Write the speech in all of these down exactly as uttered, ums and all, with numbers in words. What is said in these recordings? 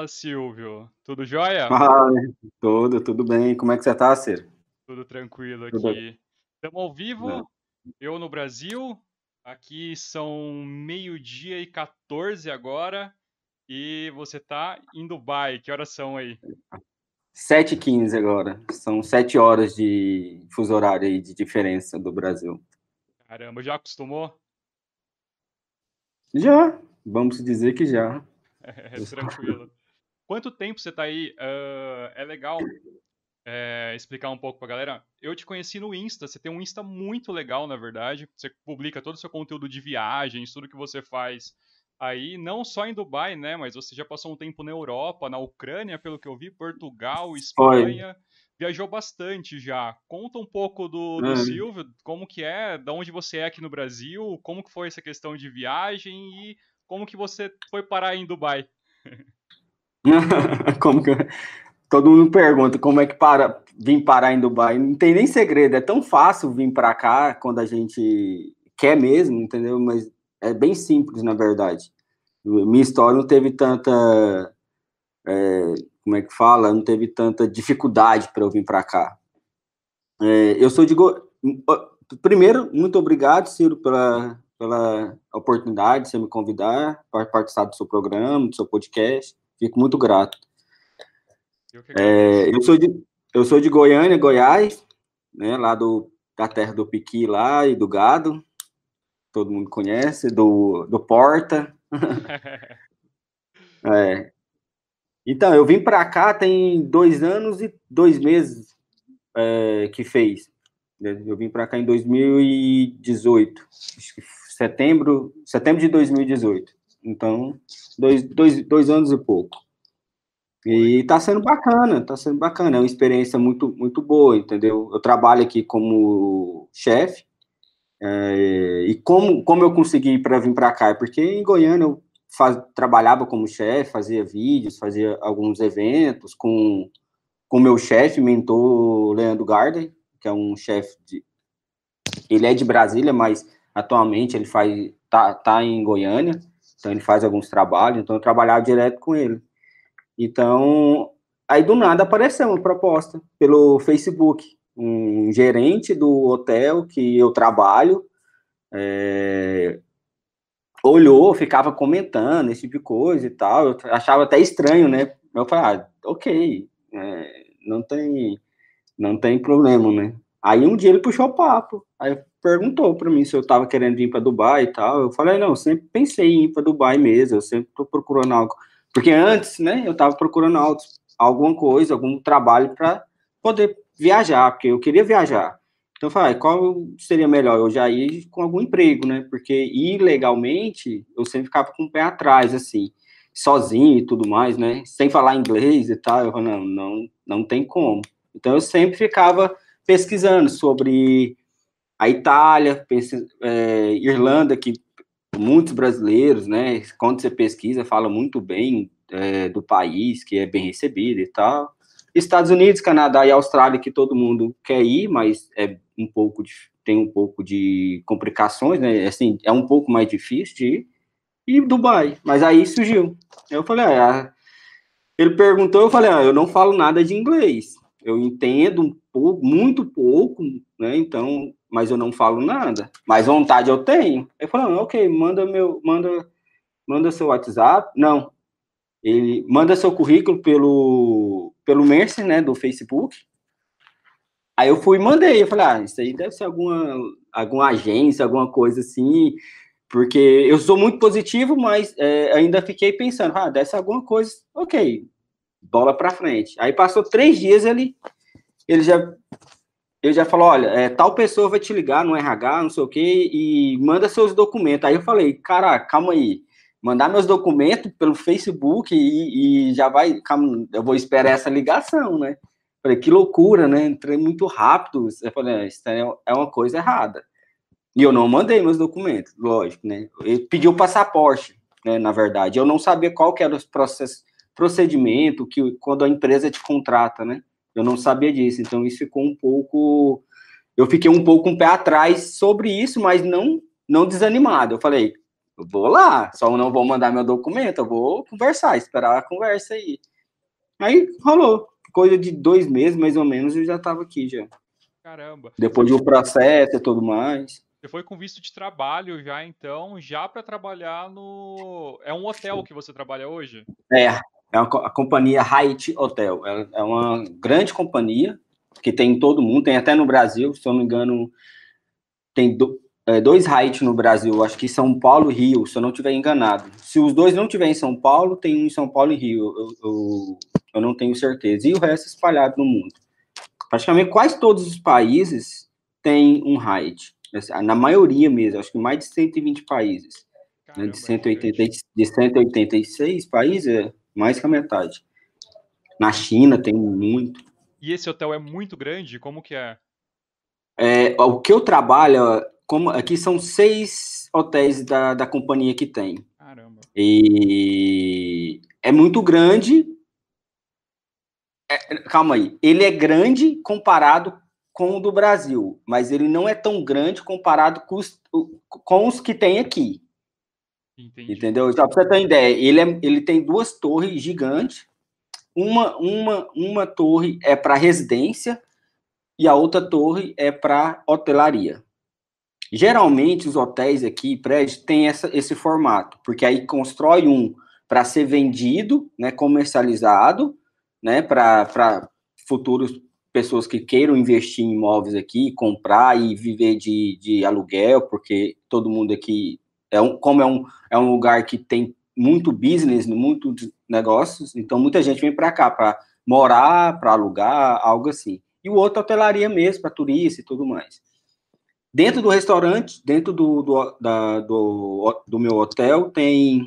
Fala, Silvio. Tudo jóia? Ah, tudo, tudo bem. Como é que você tá, Ciro? Tudo tranquilo Tudo. aqui. Estamos ao vivo, Não. eu no Brasil. Aqui são meio-dia e quatorze agora. E você tá em Dubai. Que horas são aí? sete e quinze agora. São sete horas de fuso horário aí de diferença do Brasil. Caramba, já acostumou? Já, vamos dizer que já. É, tranquilo. Quanto tempo você tá aí? Ah, é legal é, explicar um pouco pra galera. Eu te conheci no Insta. Você tem um Insta muito legal, na verdade. Você publica todo o seu conteúdo de viagens, tudo que você faz aí, não só em Dubai, né? Mas você já passou um tempo na Europa, na Ucrânia, pelo que eu vi, Portugal, Foi. Espanha. Viajou bastante já. Conta um pouco do, do Hum. Silvio, como que é, de onde você é aqui no Brasil, como que foi essa questão de viagem e como que você foi parar em Dubai. Como que todo mundo pergunta como é que para vim parar em Dubai? Não tem nem segredo, é tão fácil vir para cá quando a gente quer mesmo, entendeu? Mas é bem simples, na verdade. Minha história não teve tanta, como é que fala? Não teve tanta dificuldade para eu vir para cá. É, eu sou de Go... Primeiro, muito obrigado, Ciro, pela, pela oportunidade de você me convidar para participar do seu programa, do seu podcast. Fico muito grato. Eu que É, agradeço. eu sou de, eu sou de Goiânia, Goiás, né, lá do, da terra do Piqui lá e do gado, todo mundo conhece, do, do Porta. É. Então, eu vim para cá tem dois anos e dois meses é, que fez. Eu vim para cá em dois mil e dezoito, acho que setembro, setembro de dois mil e dezoito. Então, dois, dois, dois anos e pouco. Pô, legal. E tá sendo bacana, tá sendo bacana, é uma experiência muito, muito boa, entendeu? Eu trabalho aqui como chefe, é, e como, como eu consegui para vir para cá? Porque em Goiânia eu faz, trabalhava como chefe, fazia vídeos, fazia alguns eventos com com meu chefe, mentor Leandro Garden, que é um chefe de, ele é de Brasília, mas atualmente ele faz tá, tá em Goiânia, então ele faz alguns trabalhos, então eu trabalhava direto com ele. Então, aí do nada apareceu uma proposta pelo Facebook, um gerente do hotel que eu trabalho, é, olhou, ficava comentando esse tipo de coisa e tal, eu achava até estranho, né? Eu falei, ah, ok, é, não tem não tem problema, né? Aí um dia ele puxou o papo, aí perguntou para mim se eu estava querendo vir para Dubai e tal. Eu falei, não, eu sempre pensei em ir para Dubai mesmo, eu sempre estou procurando algo. Porque antes, né, eu estava procurando algo, alguma coisa, algum trabalho para poder viajar, porque eu queria viajar. Então eu falei, qual seria melhor? Eu já ir com algum emprego, né? Porque ilegalmente eu sempre ficava com o pé atrás, assim, sozinho e tudo mais, né? Sem falar inglês e tal. Eu falei, não, não, não tem como. Então eu sempre ficava pesquisando sobre a Itália, é, Irlanda, que muitos brasileiros, né? Quando você pesquisa, fala muito bem é, do país, que é bem recebido e tal. Estados Unidos, Canadá e Austrália, que todo mundo quer ir, mas é um pouco de, tem um pouco de complicações, né? Assim, é um pouco mais difícil de ir. E Dubai, mas aí surgiu. Eu falei, ah, ele perguntou, eu falei, ah, eu não falo nada de inglês. Eu entendo um pouco, muito pouco, né? Então, mas eu não falo nada. Mas vontade eu tenho. Ele falou, ah, ok, manda meu, manda, manda seu WhatsApp. Não, ele manda seu currículo pelo pelo Messenger, né, do Facebook. Aí eu fui e mandei. Eu falei, ah, isso aí deve ser alguma alguma agência, alguma coisa assim, porque eu sou muito positivo, mas é, ainda fiquei pensando, ah, deve ser alguma coisa, ok, bola para frente. Aí passou três dias, ele, ele já ele já falou, olha, é, tal pessoa vai te ligar no R H, não sei o quê, e manda seus documentos. Aí eu falei, cara, calma aí, mandar meus documentos pelo Facebook e, e já vai, calma, eu vou esperar essa ligação, né? Falei, que loucura, né? Entrei muito rápido. Eu falei, ah, isso é uma coisa errada. E eu não mandei meus documentos, lógico, né? Ele pediu o passaporte, né, na verdade. Eu não sabia qual que era o processo, procedimento que quando a empresa te contrata, né? Eu não sabia disso, então isso ficou um pouco... Eu fiquei um pouco um pé atrás sobre isso, mas não, não desanimado. Eu falei, Eu vou lá, só não vou mandar meu documento, eu vou conversar, esperar a conversa aí. Aí rolou. Coisa de dois meses, mais ou menos, eu já tava aqui já. Caramba. Depois do processo e tudo mais. Você foi com visto de trabalho já, então, já para trabalhar no... É um hotel que você trabalha hoje? É, é uma, a companhia Hyatt Hotel. É, é uma grande companhia que tem em todo mundo, tem até no Brasil, se eu não me engano, tem do, é, dois Hyatt no Brasil, acho que São Paulo e Rio, se eu não estiver enganado. Se os dois não tiverem em São Paulo, tem um em São Paulo e Rio, eu, eu, eu não tenho certeza. E o resto espalhado no mundo. Praticamente quase todos os países têm um Hyatt. Na maioria mesmo, acho que mais de cento e vinte países. Caramba, de, cento e oitenta, de cento e oitenta e seis países, é mais que a metade. Na China tem muito. E esse hotel é muito grande? Como que é? É, o que eu trabalho, como, aqui são seis hotéis da, da companhia que tem. Caramba. E é muito grande. É, calma aí. Ele é grande comparado com o do Brasil, mas ele não é tão grande comparado com os, com os que tem aqui. Entendi. Entendeu? Só para você ter uma ideia, ele, é, ele tem duas torres gigantes. Uma, uma, uma torre é para residência e a outra torre é para hotelaria. Geralmente, os hotéis aqui, prédios, têm essa, esse formato, porque aí constrói um para ser vendido, né, comercializado, né, para futuros pessoas que queiram investir em imóveis aqui, comprar e viver de, de aluguel, porque todo mundo aqui, é um, como é um, é um lugar que tem muito business, muito negócios, então muita gente vem para cá para morar, para alugar, algo assim. E o outro, hotelaria mesmo, para turista e tudo mais. Dentro do restaurante, dentro do, do, da, do, do meu hotel, tem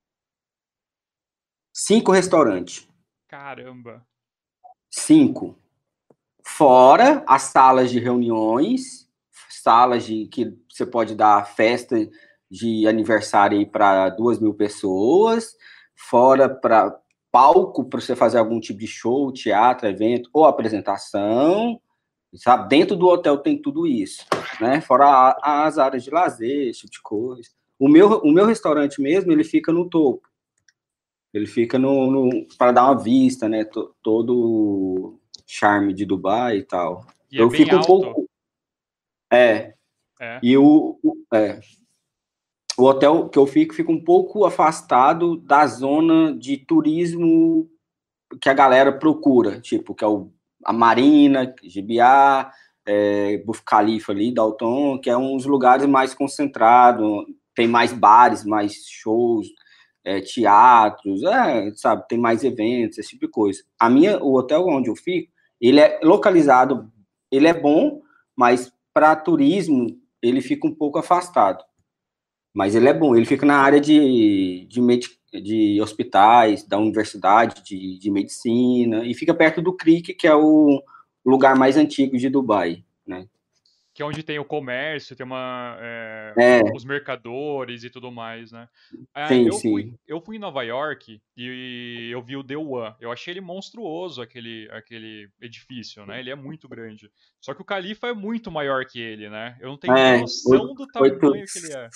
cinco restaurantes. Caramba! Cinco. Fora as salas de reuniões, salas de que você pode dar festa de aniversário para duas mil pessoas, fora para palco para você fazer algum tipo de show, teatro, evento ou apresentação, sabe? Dentro do hotel tem tudo isso, né? Fora as áreas de lazer, esse tipo de coisa. O meu, o meu restaurante mesmo, ele fica no topo. Ele fica no, no para dar uma vista, né? T- todo charme de Dubai e tal. E eu é bem fico um alto. pouco. É. é. E o, o, é. o hotel que eu fico fica um pouco afastado da zona de turismo que a galera procura, tipo, que é o, a Marina, Gibiá, é, Burj Khalifa ali, Dalton, que é uns lugares mais concentrados, tem mais bares, mais shows, é, teatros, é, sabe, tem mais eventos, esse tipo de coisa. A minha, o hotel onde eu fico, ele é localizado, ele é bom, mas para turismo ele fica um pouco afastado. Mas ele é bom, ele fica na área de, de, med, de hospitais, da universidade de, de medicina, e fica perto do Crick, que é o lugar mais antigo de Dubai, né? Que é onde tem o comércio, tem uma, é, é. os mercadores e tudo mais, né? Ah, sim, eu, sim. Fui, eu fui em Nova York e eu vi o The One. Eu achei ele monstruoso, aquele, aquele edifício, né? Ele é muito grande. Só que o Califa é muito maior que ele, né? Eu não tenho é, nem noção oito, do tamanho oito, que ele é.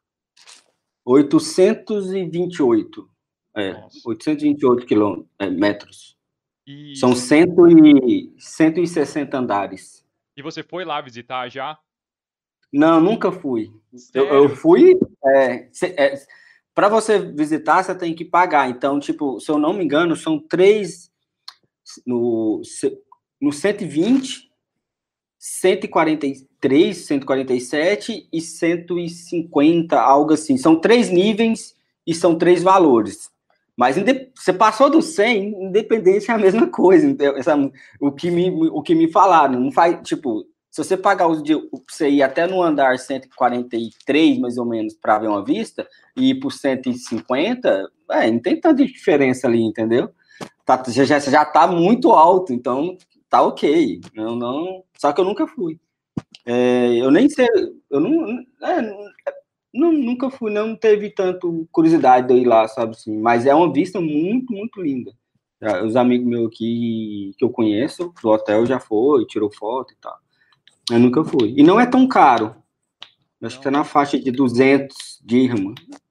oitocentos e vinte e oito. É, Nossa. oitocentos e vinte e oito quilômetros, é, metros. E São cem e, cento e sessenta andares. E você foi lá visitar já? Não, nunca fui. Eu, eu fui. É, é, para você visitar, você tem que pagar. Então, tipo, se eu não me engano, são três no, no cento e vinte, cento e quarenta e três, cento e quarenta e sete e cento e cinquenta, algo assim. São três níveis e são três valores. Mas você passou do cem, independente é a mesma coisa. Essa, o, que me, o que me falaram, não faz, tipo, se você pagar os de você ir até no andar cento e quarenta e três, mais ou menos, para ver uma vista, e ir por cento e cinquenta, é, não tem tanta diferença ali, entendeu? Tá, já, já, já tá muito alto, então tá ok. Não, não, só que eu nunca fui. É, eu nem sei, eu não, é, não, nunca fui, não teve tanto curiosidade de eu ir lá, sabe assim, mas é uma vista muito, muito linda. Os amigos meus aqui que eu conheço do hotel já foi, tirou foto e tal. Eu nunca fui. E não é tão caro. Acho não. que tá na faixa de duzentos dirham.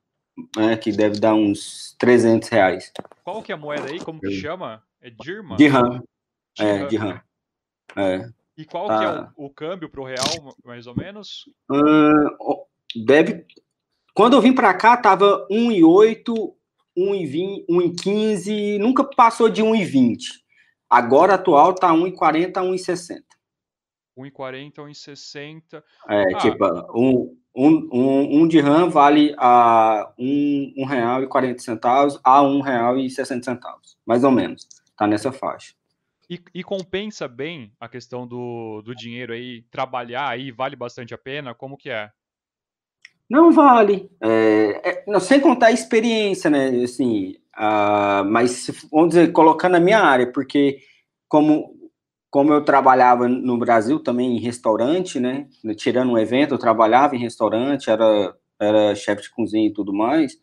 né, que deve dar uns trezentos reais. Qual que é a moeda aí? Como que chama? É dirham? Dirham. É, Dirham. dirham. É. E qual Tá. que é o, o câmbio pro real, mais ou menos? Uh, deve... Quando eu vim para cá, tava um e oito, um e vinte, um e quinze, nunca passou de um e vinte. Agora, atual, tá um e quarenta, um e sessenta. um e quarenta, um e sessenta. É, Ah, tipo, um, um, um, um dirham vale a um, um real e quarenta centavos a um real e sessenta centavos, mais ou menos. Tá nessa faixa. E, e compensa bem a questão do, do dinheiro aí, trabalhar aí, vale bastante a pena? Como que é? Não vale. É, é, não, sem contar a experiência, né? Assim, uh, mas, vamos dizer, colocando a minha área, porque como, como eu trabalhava no Brasil também em restaurante, né? Tirando um evento, eu trabalhava em restaurante, era, era chefe de cozinha e tudo mais.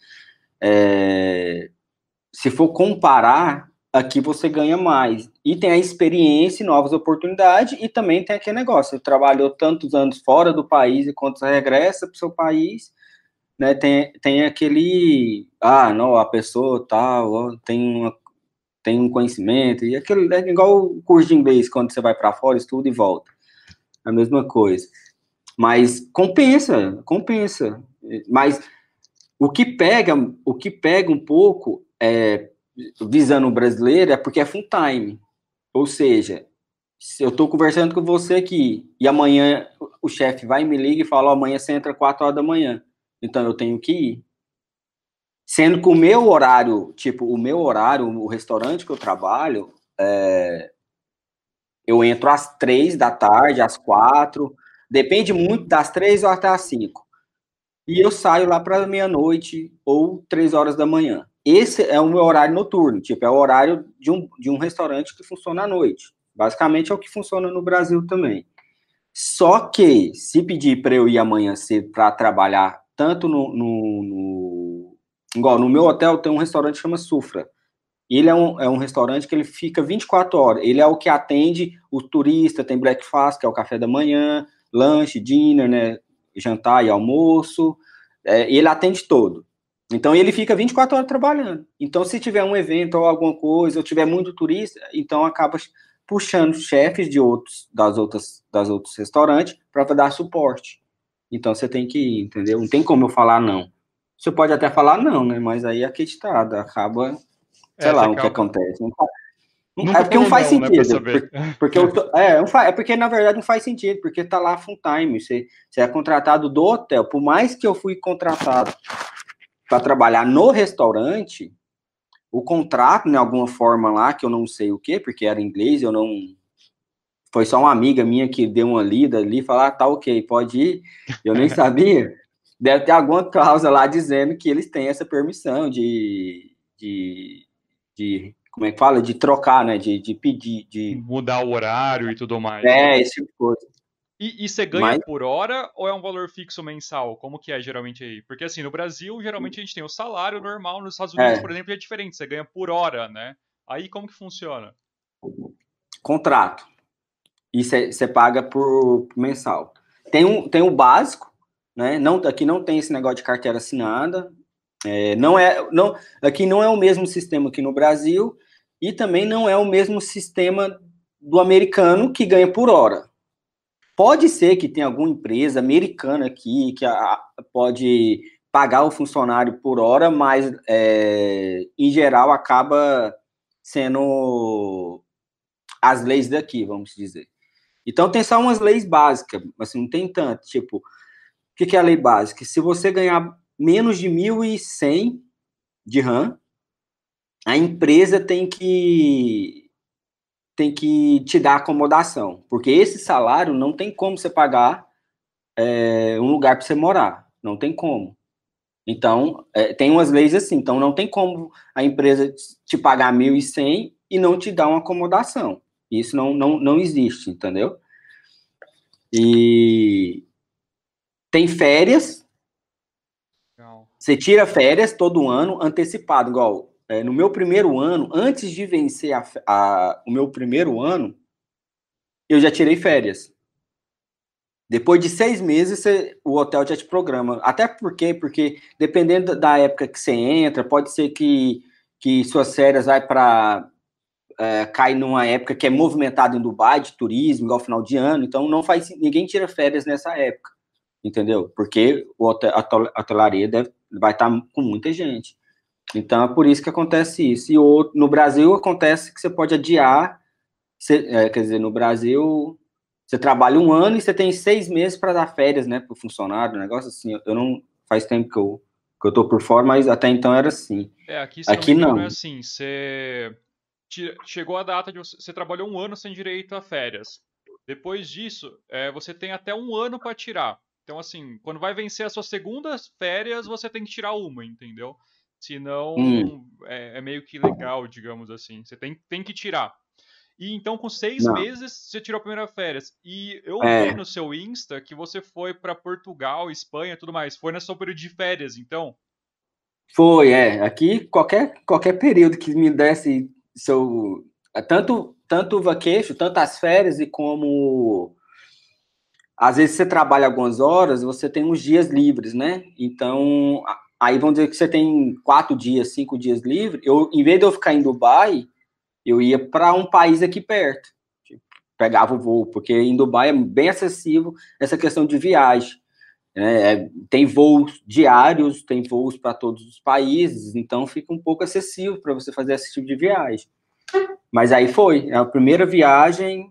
É, se for comparar, aqui você ganha mais. E tem a experiência e novas oportunidades, e também tem aquele negócio, você trabalhou tantos anos fora do país, e quando você regressa para o seu país, né, tem, tem aquele, ah, não, a pessoa tal, tem, uma, tem um conhecimento, e aquele, é igual o curso de inglês, quando você vai para fora, estuda e volta. A mesma coisa. Mas compensa, compensa. Mas o que pega, o que pega um pouco, é, visando o brasileiro, é porque é full time. Ou seja, se eu estou conversando com você aqui, e amanhã o chefe vai e me liga e fala, oh, amanhã você entra quatro horas da manhã. Então eu tenho que ir. Sendo que o meu horário, tipo, o meu horário, o restaurante que eu trabalho, é, eu entro às três da tarde, às quatro, depende muito das três ou até às cinco. E eu saio lá para meia-noite ou três horas da manhã. Esse é o meu horário noturno, tipo, é o horário de um, de um restaurante que funciona à noite. Basicamente é o que funciona no Brasil também. Só que, se pedir para eu ir amanhã cedo para trabalhar, tanto no, no, no. Igual, no meu hotel tem um restaurante que chama Sufra. Ele é um, é um restaurante que ele fica vinte e quatro horas. Ele é o que atende o turista, tem breakfast, que é o café da manhã, lanche, dinner, né? Jantar e almoço. É, e ele atende todo. Então, ele fica vinte e quatro horas trabalhando. Então, se tiver um evento ou alguma coisa, ou tiver muito turista, então acaba puxando chefes de outros, das outras, das outros restaurantes para dar suporte. Então, você tem que ir, entendeu? Não tem como eu falar não. Você pode até falar não, né? Mas aí aqui está, acaba, sei É, você lá, o que acaba... acontece. Nunca É porque não falou faz não, né, pra sentido. saber. Porque, eu tô, é, é porque, na verdade, não faz sentido, porque tá lá full time. Você, você é contratado do hotel. Por mais que eu fui contratado para trabalhar no restaurante, o contrato, de alguma forma lá, que eu não sei o que, porque era inglês, eu não. Foi só uma amiga minha que deu uma lida ali, falar, ah, tá ok, pode ir. Eu nem sabia. Deve ter alguma cláusula lá dizendo que eles têm essa permissão de, de, de como é que fala? De trocar, né? De, de pedir, de... Mudar o horário e tudo mais, né? É, esse tipo de coisa. E, e você ganha Mas, por hora ou é um valor fixo mensal? Como que é geralmente aí? Porque assim, no Brasil, geralmente a gente tem o salário normal, nos Estados Unidos, por é, exemplo, é diferente, você ganha por hora, né? Aí como que funciona? contrato. E você paga por, por mensal. Tem um, tem o básico, né? Não, aqui não tem esse negócio de carteira assinada. É, não é, não, aqui não é o mesmo sistema que no Brasil e também não é o mesmo sistema do americano que ganha por hora. Pode ser que tenha alguma empresa americana aqui que a, pode pagar o funcionário por hora, mas é, em geral acaba sendo as leis daqui, vamos dizer. Então tem só umas leis básicas, assim, não tem tanto. Tipo, o que, que é a lei básica? Se você ganhar menos de mil e cem de RAM, a empresa tem que tem que te dar acomodação, porque esse salário não tem como você pagar é, um lugar para você morar, não tem como. Então, é, tem umas leis assim, então não tem como a empresa te pagar mil e cem e não te dar uma acomodação. Isso não, não, não existe, entendeu? E tem férias, Legal. você tira férias todo ano antecipado, igual é, no meu primeiro ano, antes de vencer a, a, o meu primeiro ano, eu já tirei férias. Depois de seis meses, você, o hotel já te programa. Até porque, porque dependendo da época que você entra, pode ser que, que suas férias vai para é, cai numa época que é movimentada em Dubai de turismo, igual final de ano. Então não faz ninguém tira férias nessa época, entendeu? Porque o hotel, a hotelaria deve, vai estar com muita gente. Então é por isso que acontece isso. E o, no Brasil acontece que você pode adiar, você, é, quer dizer, no Brasil você trabalha um ano e você tem seis meses para dar férias, né, para o funcionário, um negócio assim. Eu não faz tempo que eu que eu tô por fora, mas até então era assim. É, aqui, se não me Aqui engano, é não. assim, você chegou a data de você, você trabalhou um ano sem direito a férias. Depois disso, é, você tem até um ano para tirar. Então, assim, quando vai vencer as suas segundas férias, você tem que tirar uma, entendeu? Hum, Senão, é, é meio que ilegal, digamos assim. Você tem, tem que tirar. E então, com seis não. meses, você tirou a primeira férias. E eu vi É, no seu Insta que você foi para Portugal, Espanha e tudo mais. Foi nesse seu período de férias, então? foi, é. Aqui, qualquer, qualquer período que me desse seu. Tanto, tanto o vacation, tanto as férias, e como. Às vezes você trabalha algumas horas, você tem uns dias livres, né? Então, aí vamos dizer que você tem quatro dias, cinco dias livres. Eu, em vez de eu ficar em Dubai, eu ia para um país aqui perto. Tipo, pegava o voo, porque em Dubai é bem acessível essa questão de viagem. Né? É, tem voos diários, tem voos para todos os países, então fica um pouco acessível para você fazer esse tipo de viagem. Mas aí foi, a primeira viagem.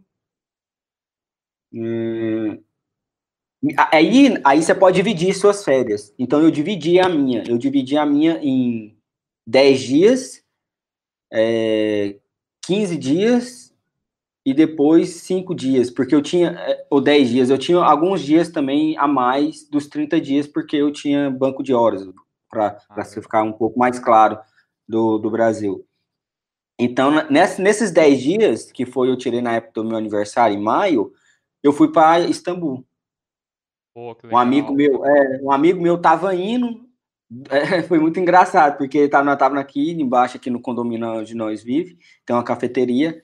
Hum, aí, aí você pode dividir suas férias. Então eu dividi a minha. Eu dividi a minha em dez dias, é, quinze dias e depois cinco dias, porque eu tinha, é, ou dez dias, eu tinha alguns dias também a mais dos trinta dias, porque eu tinha banco de horas, para Ah, ficar legal. um pouco mais claro do, do Brasil. Então, ness, nesses dez dias, que foi eu tirei na época do meu aniversário, em maio, eu fui para Istambul. Pô, que Um amigo legal. meu, é, um amigo meu tava indo, é, foi muito engraçado, porque ele tava, nós tava aqui embaixo, aqui no condomínio onde nós vive, tem uma cafeteria,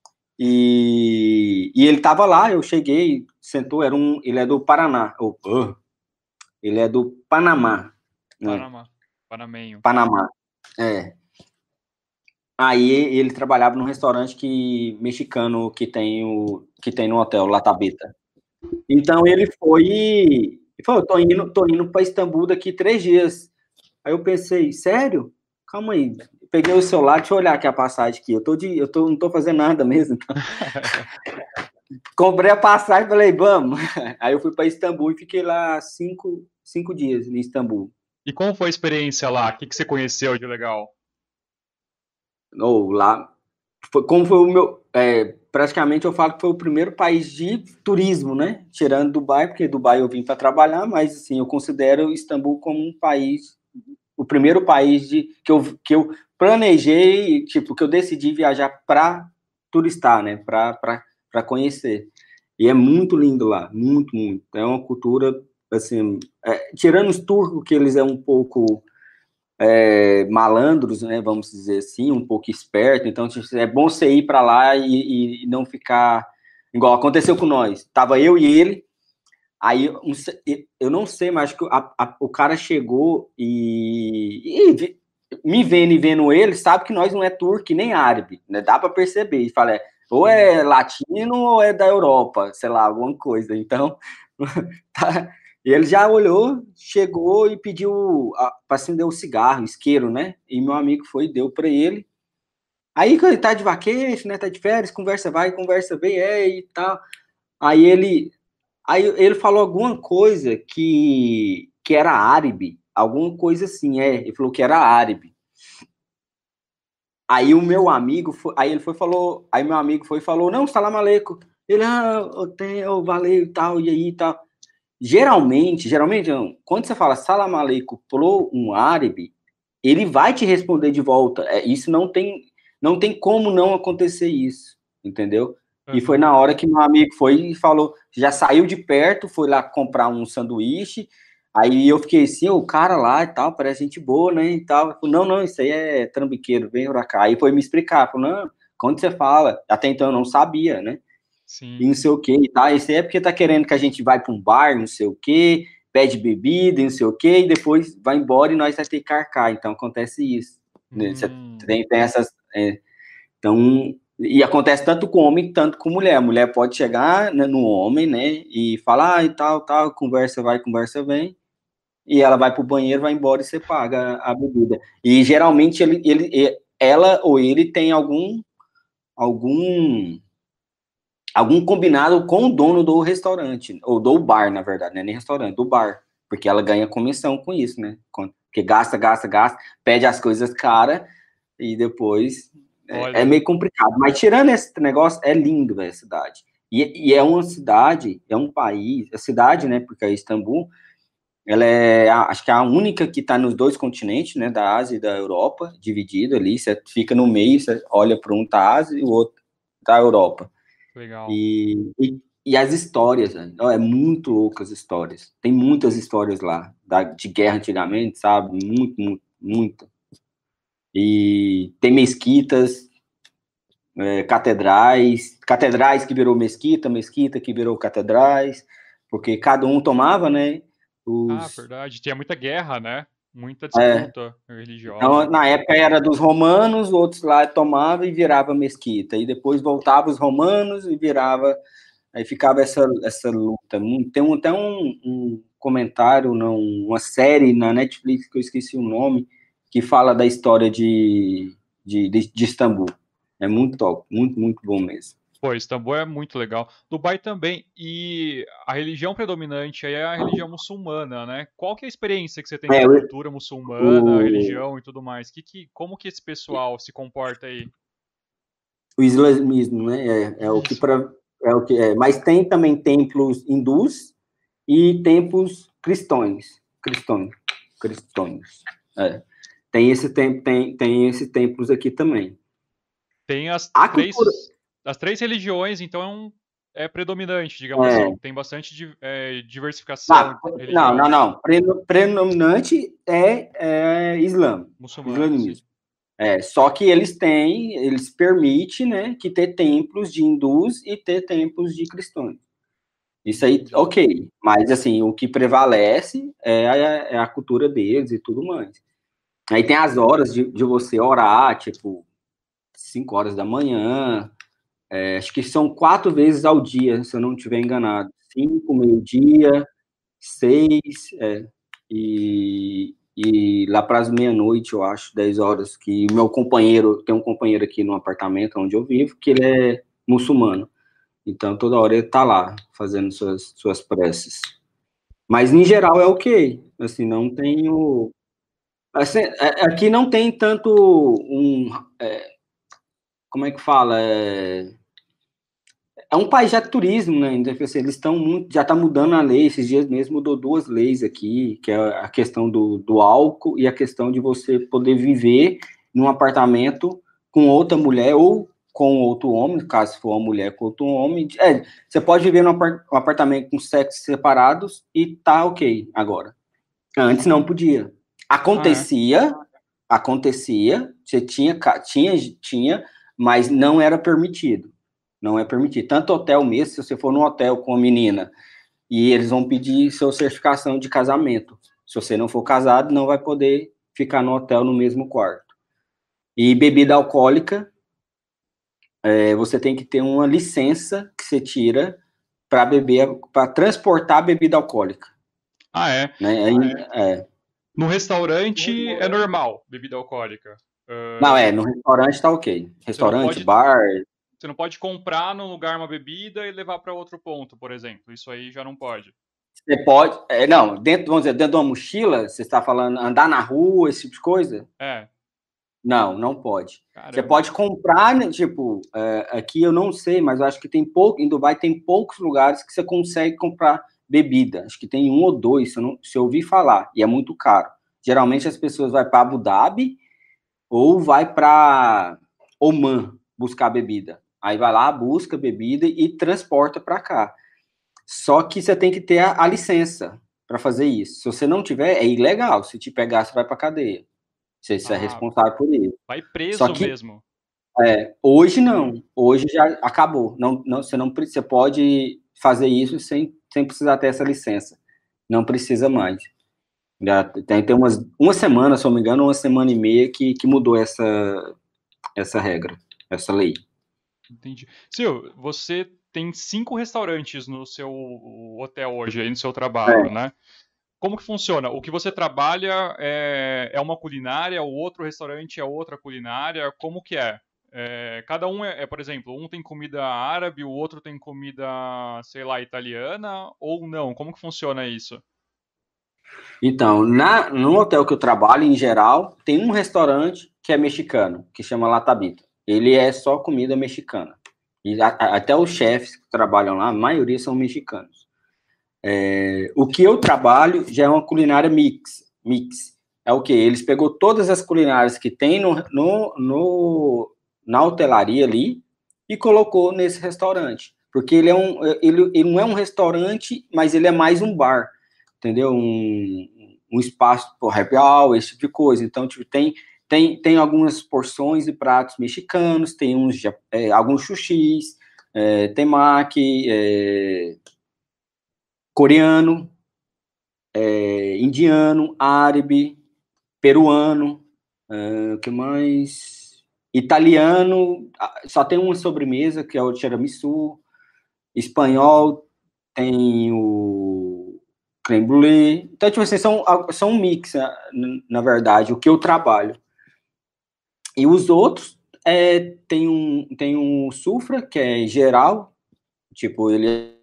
e, e ele tava lá, eu cheguei, sentou, era um, ele é do Paraná, oh, oh, ele é do Panamá, né? Panamá. Panamenho. Panamá, é. Aí ele trabalhava num restaurante que mexicano que tem o que tem no hotel La Tabita. Então ele foi e falou, tô indo, tô indo para Istambul daqui três dias. Aí eu pensei, sério? Calma aí. Peguei o celular, deixa eu olhar aqui a passagem aqui. Eu tô de, eu tô, não tô fazendo nada mesmo. Então. Comprei a passagem, falei, vamos. Aí eu fui para Istambul e fiquei lá cinco, cinco dias em Istambul. E como foi a experiência lá? O que, que você conheceu de legal? Ou lá, foi, como foi o meu, é, praticamente eu falo que foi o primeiro país de turismo, né? Tirando Dubai, porque Dubai eu vim para trabalhar, mas assim, eu considero Istambul como um país, o primeiro país de, que, eu, que eu planejei, tipo, que eu decidi viajar para turistar, né? Para conhecer. E é muito lindo lá, muito, muito. É uma cultura, assim, é, tirando os turcos, que eles é um pouco é, malandros, né, vamos dizer assim, um pouco esperto, então é bom você ir para lá e, e, não ficar igual aconteceu com nós. Tava eu e ele, aí um, eu não sei, mas que a, a, o cara chegou e, e, me vendo e vendo ele, sabe que nós não é turco nem árabe, né? Dá para perceber. E fala, é, ou Sim. é latino ou é da Europa, sei lá, alguma coisa. Então, tá. E ele já olhou, chegou e pediu para acender o cigarro, isqueiro, né? E meu amigo foi, deu para ele. Aí, quando ele tá de vacation, né? Tá de férias, conversa vai, conversa vem, é e tal. Aí ele, aí ele falou alguma coisa que, que era árabe, alguma coisa assim, é. Ele falou que era árabe. Aí o meu amigo, foi, aí ele foi falou, aí meu amigo foi e falou, não, salam aleikum. Ele, ah, eu tenho, valeu e tal, e aí e tal. Geralmente, geralmente, quando você fala salam aleikum para um árabe, ele vai te responder de volta. É, isso não tem, não tem como não acontecer isso, entendeu? E foi Uhum. na hora que meu amigo foi e falou, já saiu de perto, foi lá comprar um sanduíche. Aí eu fiquei assim, o cara lá e tal, parece gente boa, né? E tal. Falei, não, não, isso aí é trambiqueiro, vem pra cá. Aí foi me explicar, falou, não, quando você fala, até então eu não sabia, né? Sim. e não sei o que, tá? Isso aí é porque tá querendo que a gente vai para um bar, não sei o que, pede bebida, não sei o que, e depois vai embora e nós vai ter que carcar. Então acontece isso. Né? Você Hum. tem, tem essas. É, então, e acontece tanto com homem, tanto com mulher. A mulher pode chegar, né, no homem, né, e falar, ah, e tal, tal, conversa vai, conversa vem, e ela vai pro banheiro, vai embora e você paga a bebida. E geralmente ele, ele, ela ou ele tem algum, algum, algum combinado com o dono do restaurante, ou do bar, na verdade, né, nem restaurante, do bar, porque ela ganha comissão com isso, né, porque gasta, gasta, gasta, pede as coisas caras, e depois é, é Olha. meio complicado. Mas tirando esse negócio, é lindo, velho, a cidade. E, e é uma cidade, é um país, a cidade, né, porque é Istambul, ela é, a- acho que é a única que está nos dois continentes, né, da Ásia e da Europa, dividido ali, você fica no meio, você olha para um tá a Ásia e o outro tá a Europa. Legal. E, e, e as histórias, né, ó, é muito louco as histórias. Tem muitas histórias lá, da, de guerra antigamente, sabe? Muito, muito, muito. E tem mesquitas, é, catedrais, catedrais que virou mesquita, mesquita que virou catedrais, porque cada um tomava, né, Ah, os... verdade. Tinha muita guerra, né? Muita É, disputa então, religiosa. na época era dos romanos, outros lá tomavam e virava mesquita, e depois voltava os romanos e virava, aí ficava essa, essa luta. Tem um, até um, um comentário, não, uma série na Netflix, que eu esqueci o nome, que fala da história de, de, de, de Istambul. É muito top, muito, muito bom mesmo. Pô, Istambul é muito legal. Dubai também. E a religião predominante aí é a religião muçulmana, né? Qual que é a experiência que você tem com É, a o, cultura muçulmana, a o, religião e tudo mais? Que, que, como que esse pessoal se comporta aí? o islamismo, né? É, é o que Isso. para é o que é, mas tem também templos hindus e templos cristãos, cristãos, cristãos. É. Tem esse tem, tem, tem esses templos aqui também. Tem as A cultura três, as três religiões, então é, um, é predominante, digamos é, assim. Tem bastante di- é, diversificação ah, não, não, religiosa. não. Predominante é, é Islã, Muçulmano, sim. islamismo. É, só que eles têm, eles permitem, né, que ter templos de hindus e ter templos de cristãos. Isso aí, Entendi. ok. Mas, assim, o que prevalece é a, é a cultura deles e tudo mais. Aí tem as horas de, de você orar, tipo, cinco horas da manhã. É, acho que são quatro vezes ao dia, se eu não estiver enganado. Cinco, meio-dia, seis, é, e, e lá para as meia-noite, eu acho, dez horas, que o meu companheiro, tem um companheiro aqui no apartamento onde eu vivo, que ele é muçulmano. Então, toda hora ele tá lá, fazendo suas, suas preces. Mas, em geral, é ok. Assim, não tenho... Assim, é- aqui não tem tanto um... É, como é que fala? É, é um país já de turismo, né? Então, assim, eles estão muito... Já está mudando a lei. Esses dias mesmo mudou duas leis aqui, que é a questão do, do álcool e a questão de você poder viver num apartamento com outra mulher ou com outro homem, caso for uma mulher com outro homem. É, você pode viver num apartamento com sexos separados e tá ok agora. Antes não podia. Ah, é? Acontecia, acontecia, você tinha, tinha, tinha, mas não era permitido. Não é permitido. Tanto hotel mesmo, se você for num hotel com uma menina e eles vão pedir sua certificação de casamento. Se você não for casado, não vai poder ficar no hotel no mesmo quarto. E bebida alcoólica, é, você tem que ter uma licença que você tira para beber, para transportar bebida alcoólica. Ah, é. Né? Aí, é. No restaurante é normal, bebida alcoólica. Não, Ah, é, no restaurante tá ok. você não Restaurante, pode, bar. você não pode comprar no lugar uma bebida e levar para outro ponto, por exemplo. Isso aí já não pode. Você pode. É, não, dentro, vamos dizer, dentro de uma mochila, você está falando andar na rua, esse tipo de coisa? É, Não, não pode. Você caramba. pode comprar, né, tipo, é, aqui eu não sei, mas eu acho que tem pouco, em Dubai tem poucos lugares que você consegue comprar bebida. Acho que tem um ou dois, se eu, não, se eu ouvir falar, e é muito caro. Geralmente as pessoas vão para Abu Dhabi ou vai para Oman buscar bebida. Aí vai lá, busca bebida e transporta para cá. Só que você tem que ter a, a licença para fazer isso. Se você não tiver, é ilegal. Se te pegar, você vai para cadeia. Você, você é Ah, responsável por isso. vai Só preso que mesmo. É, hoje não, hoje já acabou. Não, não, você não você pode fazer isso sem, sem precisar ter essa licença. Não precisa mais. Já tem, tem umas uma semana, se eu não me engano, uma semana e meia que, que mudou essa, essa regra, essa lei. Entendi. Sil, você tem cinco restaurantes no seu hotel hoje, aí no seu trabalho, É. né? Como que funciona? O que você trabalha é, é uma culinária, o outro restaurante é outra culinária, como que é? É, cada um é, é, por exemplo, um tem comida árabe, o outro tem comida, sei lá, italiana, ou não? Como que funciona isso? Então, na, no hotel que eu trabalho, em geral, tem um restaurante que é mexicano, que chama La Tabita. Ele é só comida mexicana. E a, a, até os chefes que trabalham lá, a maioria são mexicanos. É, o que eu trabalho já é uma culinária mix. Mix. É o quê? Eles pegou todas as culinárias que tem no, no, no, na hotelaria ali e colocou nesse restaurante. Porque ele, é um, ele, ele não é um restaurante, mas ele é mais um bar. Entendeu? Um, um espaço para happy hour, esse tipo de coisa. Então, tipo, tem, tem, tem algumas porções de pratos mexicanos, tem uns, é, alguns sushis, é, temaki, é, coreano, é, indiano, árabe, peruano, é, o que mais? Italiano, só tem uma sobremesa, que é o tiramisu. Espanhol tem o creme brulee. Então, tipo assim, são, são um mix, na verdade, o que eu trabalho. E os outros, é, tem, um, tem um Sufra, que é geral, tipo, ele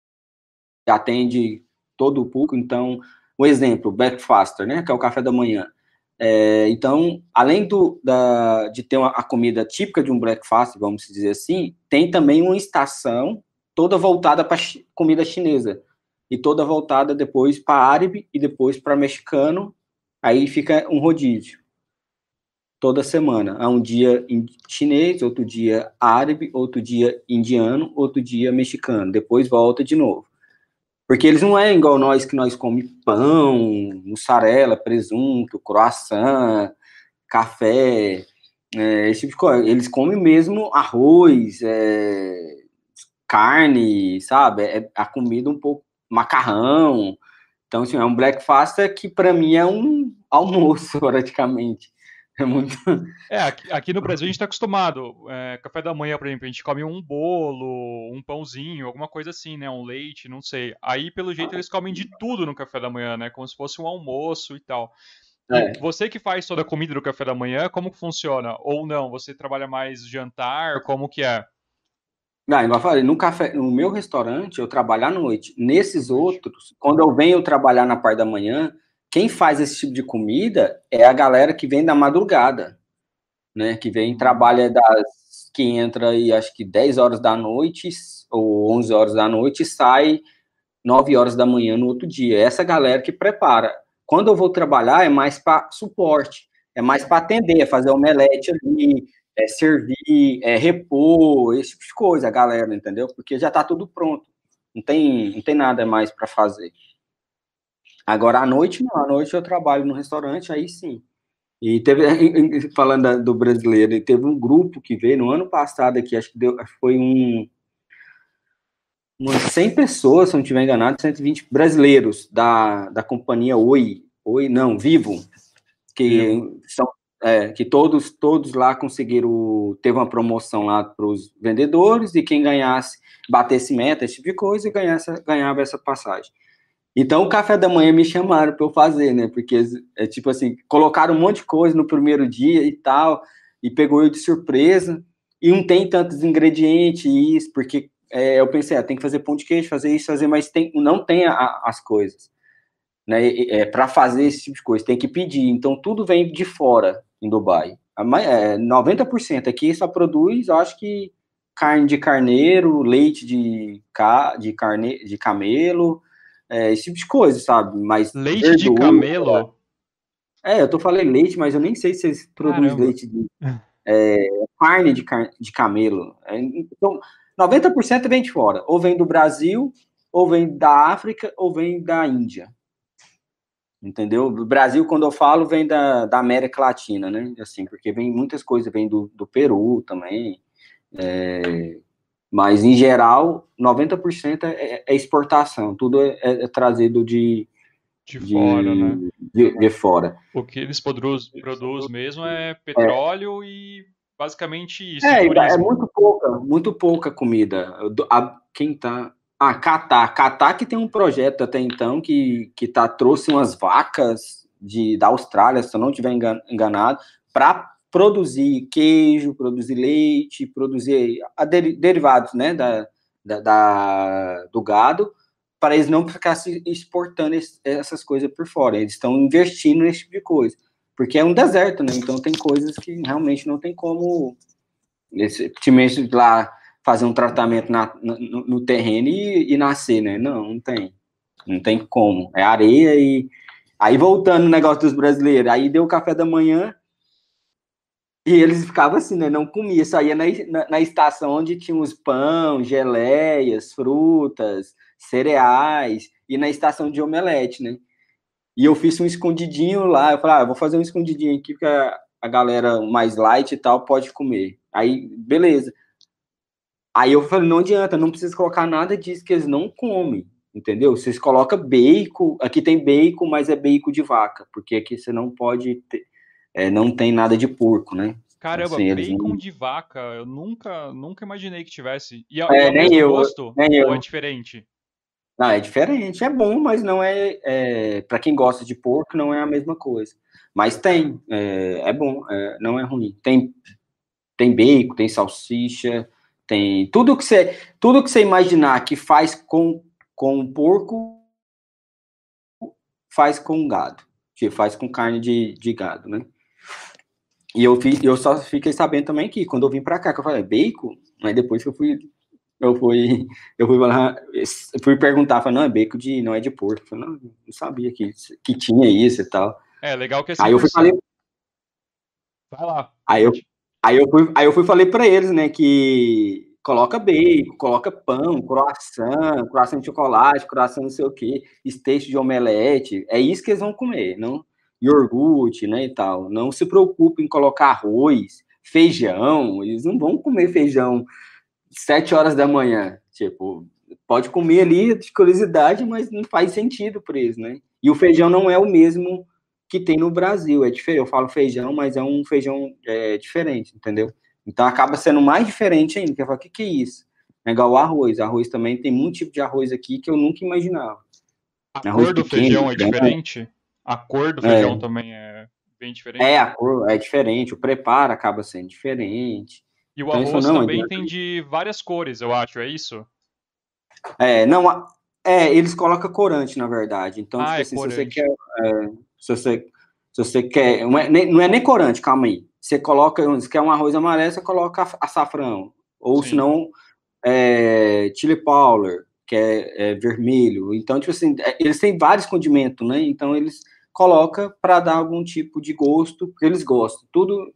atende todo o público. Então, um exemplo, Breakfaster, né, que é o café da manhã. É, então, além do, da, de ter uma, a comida típica de um breakfast, vamos dizer assim, tem também uma estação toda voltada para comida chinesa e toda voltada depois para árabe e depois para mexicano. Aí fica um rodízio toda semana. Há um dia chinês, outro dia árabe, outro dia indiano, outro dia mexicano. Depois volta de novo. Porque eles não é igual nós, que nós comemos pão, mussarela, presunto, croissant, café, é, esse tipo de coisa. Eles comem mesmo arroz, é, carne, sabe? É a comida um pouco, macarrão. Então, assim, é um breakfast que para mim é um almoço, praticamente. É muito... É, aqui, aqui no Brasil a gente está acostumado. É, café da manhã, por exemplo, a gente come um bolo, um pãozinho, alguma coisa assim, né? Um leite, não sei. Aí, pelo jeito, eles comem de tudo no café da manhã, né? Como se fosse um almoço e tal. E É. você que faz toda a comida do café da manhã, como que funciona? Ou não? Você trabalha mais jantar? Como que é? Não, igual eu falei, no café, no meu restaurante, eu trabalho à noite. Nesses Noite. outros, quando eu venho trabalhar na parte da manhã, quem faz esse tipo de comida é a galera que vem da madrugada, né? Que vem, Hum. trabalha das, que entra aí, acho que dez horas da noite, ou onze horas da noite, e sai nove horas da manhã no outro dia. Essa galera que prepara. Quando eu vou trabalhar, é mais para suporte, é mais para atender, é fazer omelete ali, é servir, é repor, esse tipo de coisa, a galera, entendeu? Porque já está tudo pronto. Não tem, não tem nada mais para fazer. Agora, à noite, não. À noite eu trabalho no restaurante, aí sim. E teve, falando do brasileiro, teve um grupo que veio no ano passado aqui, acho que deu, foi um, umas cem pessoas, se não estiver enganado, cento e vinte brasileiros da, da companhia Oi, Oi, não, Vivo, que Vivo. são, é, que todos, todos lá conseguiram, teve uma promoção lá para os vendedores, e quem ganhasse, batesse meta, esse tipo de coisa, e ganhasse, ganhava essa passagem. Então, o café da manhã me chamaram para eu fazer, né, porque, é tipo assim, colocaram um monte de coisa no primeiro dia e tal, e pegou eu de surpresa, e não tem tantos ingredientes, isso, porque é, eu pensei, ah, tem que fazer pão de queijo, fazer isso, fazer, mas tem, não tem a, as coisas, né, é, para fazer esse tipo de coisa, tem que pedir, então tudo vem de fora, em Dubai. A, é, noventa por cento aqui só produz, eu acho que, carne de carneiro, leite de, ca, de, carne, de camelo, é, esse tipo de coisa, sabe, mas Leite de verdura, camelo? é, eu tô falando leite, mas eu nem sei se eles produzem Caramba. leite de, é, carne de, car de camelo, é, então, noventa por cento vem de fora, ou vem do Brasil, ou vem da África, ou vem da Índia. entendeu? O Brasil, quando eu falo, vem da, da América Latina, né? Assim, porque vem muitas coisas, vem do, do Peru também, é, mas, em geral, noventa por cento é, é exportação, tudo é, é trazido de, De fora, né? de, de, de fora. O que eles produz, produz mesmo é É, petróleo e basicamente isso, e é, é turismo. muito pouca, muito pouca comida. A, quem tá... Ah, Catar. Catar que tem um projeto até então que, que tá, trouxe umas vacas de, da Austrália, se eu não estiver enganado, para produzir queijo, produzir leite, produzir a deri, derivados, né, da, da, da, do gado, para eles não ficarem exportando esse, essas coisas por fora. Eles estão investindo nesse tipo de coisa. Porque é um deserto, né? Então tem coisas que realmente não tem como esse time lá fazer um tratamento na, no, no terreno e, e nascer, né? Não, não tem. Não tem como. É areia e... Aí, voltando no negócio dos brasileiros, aí deu o café da manhã e eles ficavam assim, né? Não comia, só ia na, na, na estação onde tinha os pão, geleias, frutas, cereais, e na estação de omelete, né? E eu fiz um escondidinho lá, eu falei, ah, eu vou fazer um escondidinho aqui, porque a, a galera mais light e tal pode comer. Aí, beleza. Aí eu falei, não adianta, não precisa colocar nada disso que eles não comem, entendeu? Vocês colocam bacon, aqui tem bacon, mas é bacon de vaca, porque aqui você não pode ter, é, não tem nada de porco, né? Caramba, Assim, eles bacon não... de vaca, eu nunca, nunca imaginei que tivesse. E é, e é É, o nem mesmo eu, gosto? nem Ou é eu. diferente? Não, é diferente, é bom, mas não é, é para quem gosta de porco, não é a mesma coisa. Mas tem, é, é bom, é, não é ruim. Tem, tem bacon, tem salsicha, tem tudo que você, tudo que você imaginar que faz com, com porco, faz com gado, que faz com carne de, de gado, né? E eu, fi, eu só fiquei sabendo também que quando eu vim pra cá, que eu falei, bacon, mas depois que eu fui, eu fui, eu fui lá, eu fui perguntar, falei, não, é bacon de, não é de porco. Eu falei, não, não sabia que, que tinha isso e tal. É, legal que é Aí eu fui falei, cem por cento. Vai lá, aí eu, pode. aí eu fui, aí eu fui falei pra eles, né, que coloca bacon, coloca pão, croissant, croissant de chocolate, croissant não sei o quê, steak de omelete, é isso que eles vão comer, não iogurte, né, e tal. Não se preocupe em colocar arroz, feijão, eles não vão comer feijão sete horas da manhã, tipo, pode comer ali de curiosidade, mas não faz sentido para eles, né? E o feijão não é o mesmo que tem no Brasil, é diferente. Eu falo feijão, mas é um feijão é, diferente, entendeu? Então acaba sendo mais diferente ainda. Porque eu falo, o que, que é isso? É igual o arroz. Arroz também tem muito tipo de arroz aqui que eu nunca imaginava. A Arroz cor do pequeno, feijão é grande. diferente? A cor do feijão É, também é bem é, diferente? a cor é diferente, o preparo acaba sendo diferente. E o Então isso arroz não também adianta. tem de várias cores, eu acho, é isso? É, não, é, eles colocam corante, na verdade. Então, Ah, tipo é assim, se você quer, corante. é, se você, se você quer, não é, nem, não é nem corante, calma aí. Você coloca, se quer um arroz amarelo, você coloca açafrão. Ou se Sim. não, é, chili powder, que é, é vermelho. Então, tipo assim, é, eles têm vários condimentos, né? Então, eles colocam para dar algum tipo de gosto, porque eles gostam. Tudo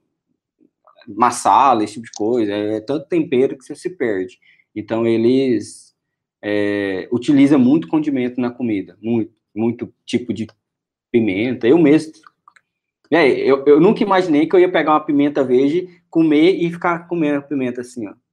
massala, esse tipo de coisa, é tanto tempero que você se perde. Então, eles é, utilizam muito condimento na comida, muito, muito tipo de pimenta. Eu mesmo, é, eu, eu nunca imaginei que eu ia pegar uma pimenta verde, comer e ficar comendo a pimenta assim, ó.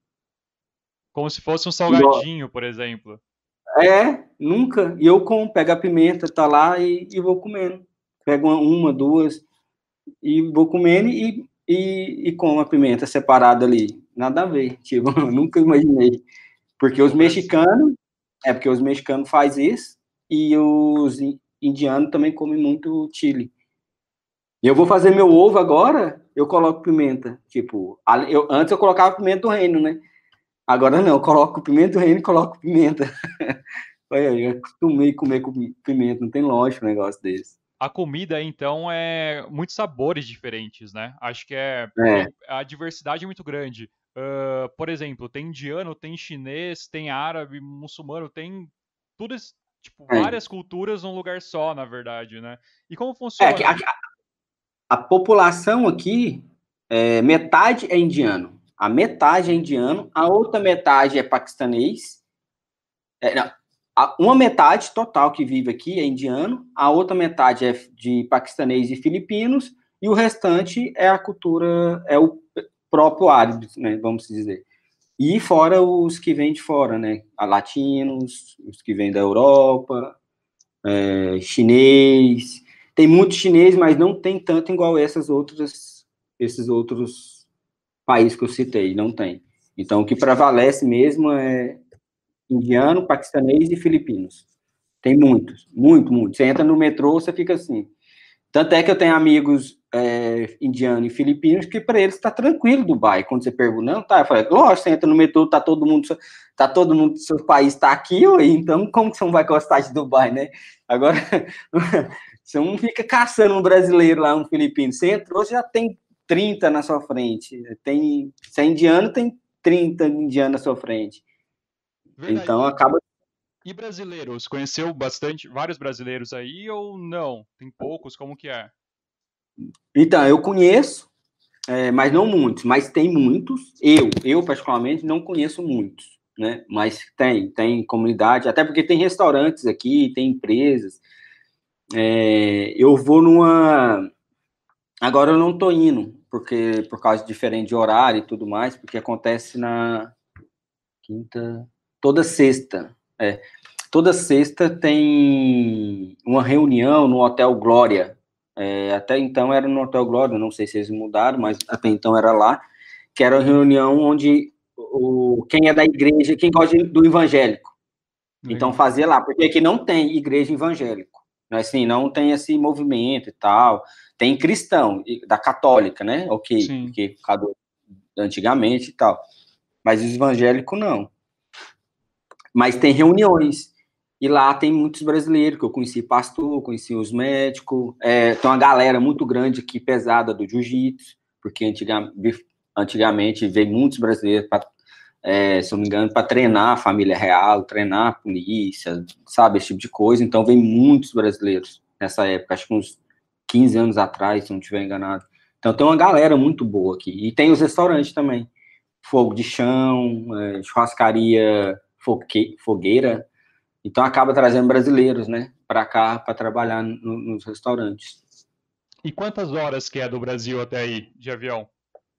Como se fosse um Igual- salgadinho, por exemplo. É, nunca. E eu como, pego a pimenta, tá lá e, e vou comendo. Pego uma, uma, duas e vou comendo e, e, e como a pimenta separada ali. Nada a ver. Tipo, eu nunca imaginei. Porque os No Brasil. mexicanos, é porque os mexicanos fazem isso e os indianos também comem muito chile. E eu vou fazer meu ovo agora, eu coloco pimenta. Tipo, eu, antes eu colocava pimenta do reino, né? Agora não, eu coloco pimenta do reino e coloco pimenta. Eu acostumei a comer com pimenta, não tem lógico um negócio desse. A comida, então, é muitos sabores diferentes, né? Acho que é É, tem a diversidade é muito grande. Hã, por exemplo, tem indiano, tem chinês, tem árabe, muçulmano, tem tudo esse tipo, é. várias culturas num lugar só, na verdade, né. E como É que a, funciona? a população aqui, é, metade é indiano. A metade é indiano, a outra metade é paquistanês. É, não, uma metade total que vive aqui é indiano, a outra metade é de paquistanês e filipinos, e o restante é a cultura, é o próprio árabe, né, vamos dizer. E fora os que vêm de fora, né, a latinos, os que vêm da Europa, é, chinês, tem muito chinês, mas não tem tanto igual essas outras, esses outros países que eu citei, não tem. Então, o que prevalece mesmo é indiano, paquistanês e filipinos. Tem muitos, muito, muito. Você entra no metrô, você fica assim. Tanto é que eu tenho amigos é, indianos e filipinos que para eles está tranquilo Dubai. Quando você pergunta, não, tá? Eu falei, lógico, você entra no metrô, tá todo mundo, tá todo mundo do seu país está aqui, ou então como que você não vai gostar de Dubai, né? Agora, você não fica caçando um brasileiro lá, um filipino. Você entrou, já tem trinta na sua frente. Tem, se é indiano, tem trinta indianos na sua frente. Verdade. Então acaba. E brasileiros? Conheceu bastante, vários brasileiros aí ou não? Tem poucos, como que é? Então, eu conheço, é, mas não muitos, mas tem muitos. Eu, eu particularmente, não conheço muitos, né? Mas tem, tem comunidade, até porque tem restaurantes aqui, tem empresas. É, eu vou numa... Agora eu não tô indo, porque por causa de diferente de horário e tudo mais, porque acontece na quinta, toda sexta, é. Toda sexta tem uma reunião no Hotel Glória. É, até então era no Hotel Glória, não sei se eles mudaram, mas até então era lá, que era uma reunião onde o, quem é da igreja, quem gosta do evangélico, Legal. Então fazia lá, porque aqui não tem igreja evangélico, assim, não tem esse movimento e tal, tem cristão, da católica, né, ok, Sim. porque antigamente e tal, mas os evangélicos não. Mas tem reuniões, e lá tem muitos brasileiros, que eu conheci pastor, conheci os médicos, é, tem uma galera muito grande aqui, pesada, do jiu-jitsu, porque antigamente, antigamente veio muitos brasileiros, pra, é, se eu não me engano, para treinar a família real, treinar a polícia, sabe, esse tipo de coisa, então vem muitos brasileiros nessa época, acho que uns quinze anos atrás, se eu não estiver enganado. Então tem uma galera muito boa aqui, e tem os restaurantes também, fogo de chão, é, churrascaria fogue, fogueira, então acaba trazendo brasileiros, né, para cá, para trabalhar no, nos restaurantes. E quantas horas que é do Brasil até aí, de avião?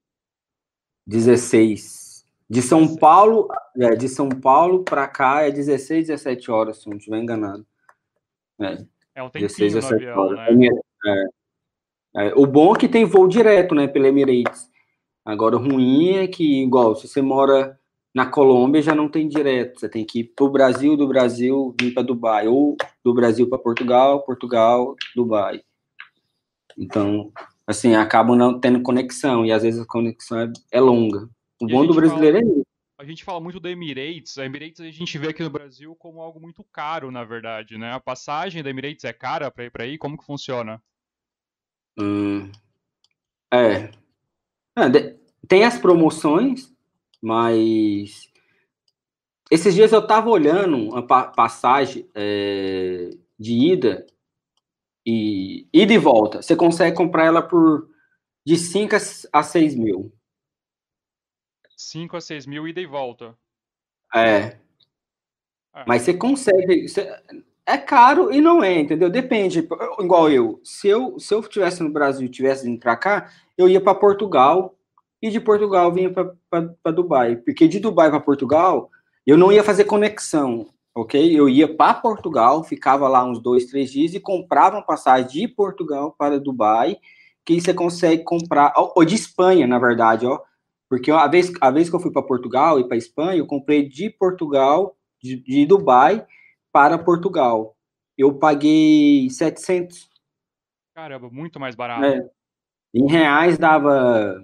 dezesseis. De São dezesseis. Paulo, é, de São Paulo para cá é dezesseis, dezessete horas, se não estiver enganado. É, é um tempinho dezesseis, no avião, horas. Né? É, é, o bom é que tem voo direto, né, pela Emirates. Agora, o ruim é que, igual, se você mora na Colômbia, já não tem direto. Você tem que ir para o Brasil, do Brasil, vir para Dubai. Ou do Brasil para Portugal, Portugal, Dubai. Então, assim, acabam não tendo conexão. E, às vezes, a conexão é, é longa. O e bom do brasileiro fala, é isso. A gente fala muito da Emirates. A Emirates a gente vê aqui no Brasil como algo muito caro, na verdade, né? A passagem da Emirates é cara para ir para aí? Como que funciona? Hum, é. é. Tem as promoções, mas... Esses dias eu tava olhando uma passagem é, de ida e ida e volta. Você consegue comprar ela por de cinco a seis mil. cinco a seis mil ida e volta. É. é. Mas você consegue. Você, é caro e não é, entendeu? Depende. Igual eu. Se eu se eu estivesse no Brasil e tivesse vindo para cá, eu ia para Portugal e de Portugal vinha para Dubai. Porque de Dubai para Portugal, eu não ia fazer conexão, ok? Eu ia para Portugal, ficava lá uns dois, três dias e comprava uma passagem de Portugal para Dubai, que você consegue comprar, ou de Espanha, na verdade, ó. Porque a vez, a vez que eu fui para Portugal e para Espanha, eu comprei de Portugal, de, de Dubai para Portugal. Eu paguei setecentos. Caramba, muito mais barato. É. Em reais dava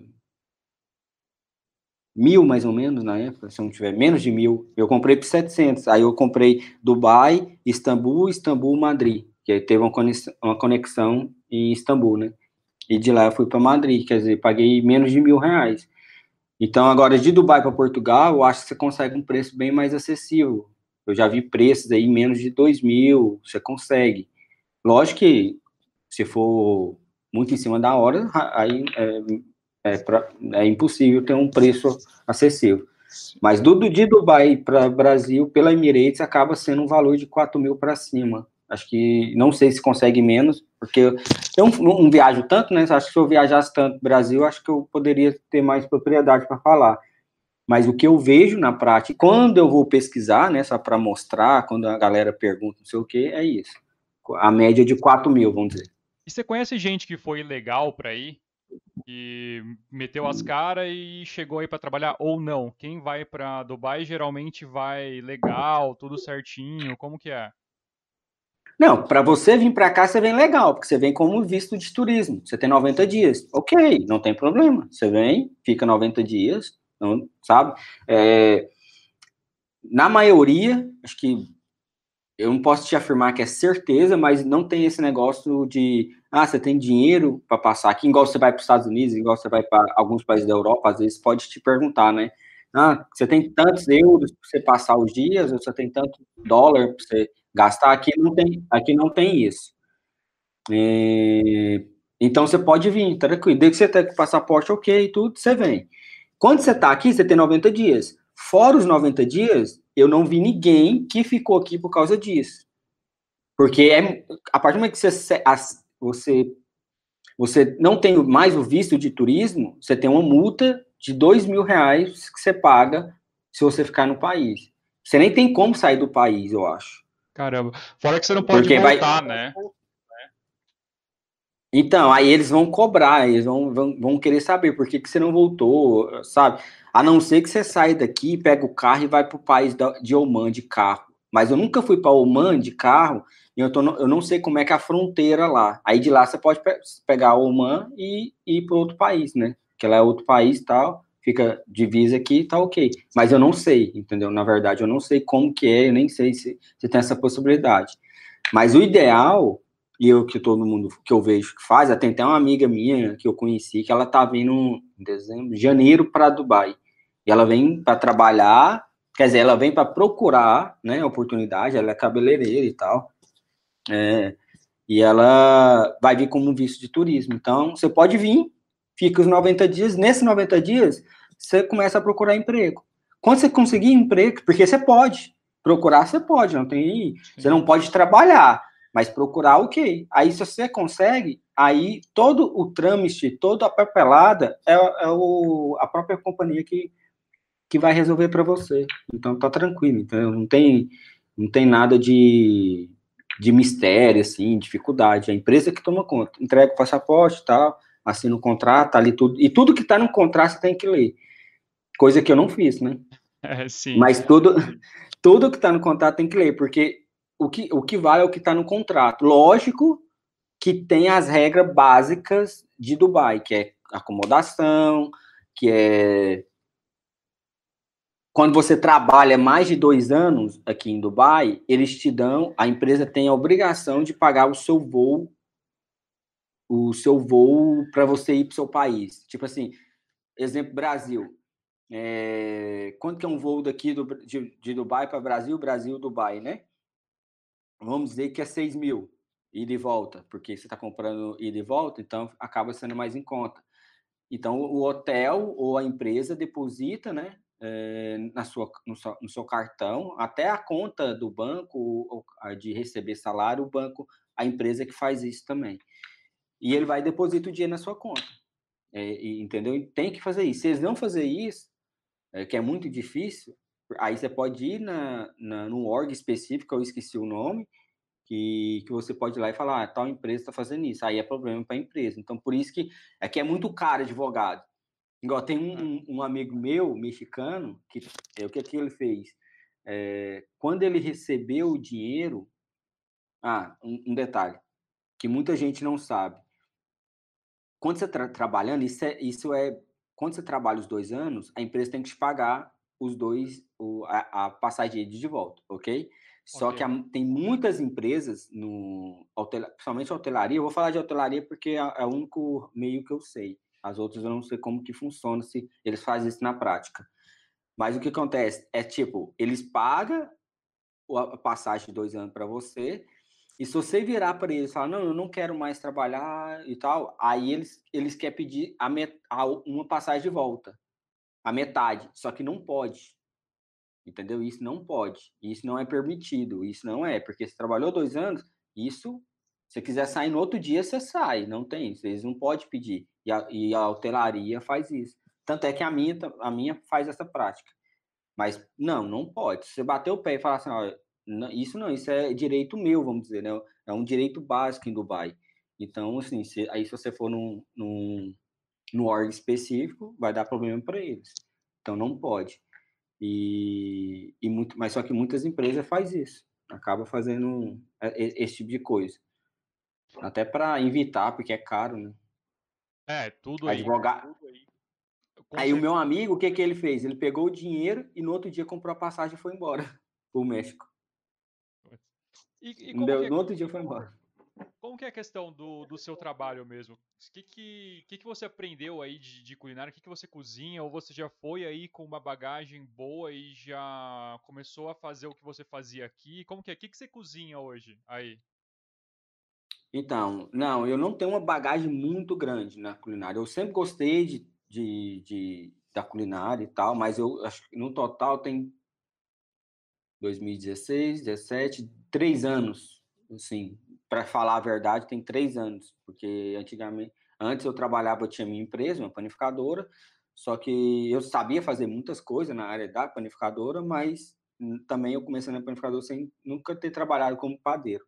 mil, mais ou menos, na época, se não tiver menos de mil. Eu comprei por setecentos. Aí eu comprei Dubai, Istambul, Istambul, Madrid. Que aí teve uma conexão, uma conexão em Istambul, né? E de lá eu fui para Madrid, quer dizer, paguei menos de mil reais. Então, agora, de Dubai para Portugal, eu acho que você consegue um preço bem mais acessível. Eu já vi preços aí menos de dois mil, você consegue. Lógico que, se for muito em cima da hora, aí é, é, pra, é impossível ter um preço acessível. Mas do, do de Dubai para Brasil, pela Emirates, acaba sendo um valor de quatro mil para cima. Acho que, não sei se consegue menos, porque eu não, não viajo tanto, né? Acho que se eu viajasse tanto no Brasil, acho que eu poderia ter mais propriedade para falar. Mas o que eu vejo na prática, quando eu vou pesquisar, né, só para mostrar, quando a galera pergunta não sei o que, é isso. A média de quatro mil, vamos dizer. E você conhece gente que foi legal para ir? E meteu as caras e chegou aí para trabalhar ou não? Quem vai para Dubai geralmente vai legal, tudo certinho, como que é? Não, para você vir para cá, você vem legal, porque você vem como visto de turismo. Você tem noventa dias. Ok, não tem problema. Você vem, fica noventa dias, não, sabe? É, na maioria, acho que eu não posso te afirmar que é certeza, mas não tem esse negócio de, ah, você tem dinheiro para passar aqui, igual você vai para os Estados Unidos, igual você vai para alguns países da Europa, às vezes pode te perguntar, né? Ah, você tem tantos euros para você passar os dias, ou você tem tanto dólar para você gastar? Aqui não tem, aqui não tem isso. É, então você pode vir, tranquilo. Desde que você tenha passaporte, ok, tudo, você vem. Quando você está aqui, você tem noventa dias. Fora os noventa dias, eu não vi ninguém que ficou aqui por causa disso. Porque é, a partir do momento que você, você, você não tem mais o visto de turismo, você tem uma multa de dois mil reais que você paga se você ficar no país. Você nem tem como sair do país, eu acho. Caramba. Fora que você não pode Porque voltar, vai... né? Então, aí eles vão cobrar, eles vão, vão, vão querer saber por que, que você não voltou, sabe? A não ser que você saia daqui, pega o carro e vai para o país de Oman de carro. Mas eu nunca fui para Oman de carro, e eu, tô no, eu não sei como é que é a fronteira lá. Aí de lá você pode pe pegar Oman e, e ir para outro país, né? Que lá é outro país e tal, fica divisa aqui, tá ok. Mas eu não sei, entendeu? Na verdade, eu não sei como que é, eu nem sei se, se tem essa possibilidade. Mas o ideal, e eu que todo mundo que eu vejo que faz, até tem uma amiga minha que eu conheci, que ela tá vindo em dezembro, janeiro para Dubai. E ela vem para trabalhar, quer dizer, ela vem para procurar, né, oportunidade, ela é cabeleireira e tal. É, e ela vai vir como visto de turismo. Então, você pode vir, fica os noventa dias, nesses noventa dias, você começa a procurar emprego. Quando você conseguir emprego, porque você pode, procurar você pode, não tem, Sim. Você não pode trabalhar, mas procurar, ok. Aí, se você consegue, aí todo o trâmite, toda a papelada é, é o, a própria companhia que, que vai resolver para você. Então, tá tranquilo, então não tem, não tem nada de, de mistério, assim, dificuldade. É a empresa que toma conta. Entrega o passaporte e tal, assina o contrato, tá ali tudo. E tudo que tá no contrato você tem que ler. Coisa que eu não fiz, né? É, sim. Mas tudo, tudo que tá no contrato tem que ler, porque o que, o que vale é o que tá no contrato. Lógico que tem as regras básicas de Dubai, que é acomodação, que é... Quando você trabalha mais de dois anos aqui em Dubai, eles te dão, a empresa tem a obrigação de pagar o seu voo, o seu voo para você ir para o seu país. Tipo assim, exemplo, Brasil. É, quanto que é um voo daqui do, de, de Dubai para Brasil, Brasil, Dubai, né? Vamos dizer que é seis mil, ida e volta, porque você está comprando ida e volta, então acaba sendo mais em conta. Então, o hotel ou a empresa deposita, né, é, na sua, no, seu, no seu cartão, até a conta do banco ou, ou, de receber salário, o banco, a empresa que faz isso também. E ele vai depositar o dinheiro na sua conta. É, e, entendeu? E tem que fazer isso. Se eles não fazer isso, é, que é muito difícil, aí você pode ir na, na, num org específico, eu esqueci o nome, que, que você pode ir lá e falar, ah, tal empresa está fazendo isso, aí é problema para a empresa. Então, por isso que é que é muito caro advogado. Igual tem um, um, um amigo meu, mexicano, que é o que, que ele fez? É, quando ele recebeu o dinheiro, ah, um, um detalhe, que muita gente não sabe. Quando você está trabalhando, isso é, isso é, quando você trabalha os dois anos, a empresa tem que te pagar os dois, o, a, a passagem de volta, ok? Só okay. que a, tem muitas empresas, no, principalmente a hotelaria, eu vou falar de hotelaria porque é, é o único meio que eu sei. As outras eu não sei como que funciona, se eles fazem isso na prática. Mas o que acontece é, tipo, eles pagam a passagem de dois anos para você, e se você virar para eles e falar, não, eu não quero mais trabalhar e tal, aí eles, eles querem pedir a met, a, uma passagem de volta. a metade, só que não pode, entendeu? Isso não pode, isso não é permitido, isso não é, porque você trabalhou dois anos, isso, se você quiser sair no outro dia, você sai, não tem, vocês não podem pedir, e a, e a hotelaria faz isso. Tanto é que a minha, a minha faz essa prática. Mas não, não pode. Se você bater o pé e falar assim, ó, não, isso não, isso é direito meu, vamos dizer, né? É um direito básico em Dubai. Então, assim, se, aí se você for num, num, num órgão específico, vai dar problema para eles. Então, não pode. E, e muito, mas só que muitas empresas faz isso, acaba fazendo esse tipo de coisa. Até para evitar, porque é caro, né? É, tudo aí. Advogado. Com Aí o certeza. meu amigo, o que que ele fez? Ele pegou o dinheiro e no outro dia comprou a passagem e foi embora pro México. E, e como que é, No outro dia foi embora. como que é a questão do, do seu trabalho mesmo? O que, que, que, que você aprendeu aí de, de culinária? O que, que você cozinha? Ou você já foi aí com uma bagagem boa e já começou a fazer o que você fazia aqui? Como que é? O que, que você cozinha hoje aí? Então, não, eu não tenho uma bagagem muito grande na culinária. Eu sempre gostei de, de, de da culinária e tal, mas eu acho que no total tem dois mil e dezesseis, dezessete, três anos, assim, para falar a verdade, tem três anos, porque antigamente, antes eu trabalhava, eu tinha minha empresa, uma panificadora, só que eu sabia fazer muitas coisas na área da panificadora, mas também eu comecei na panificadora sem nunca ter trabalhado como padeiro.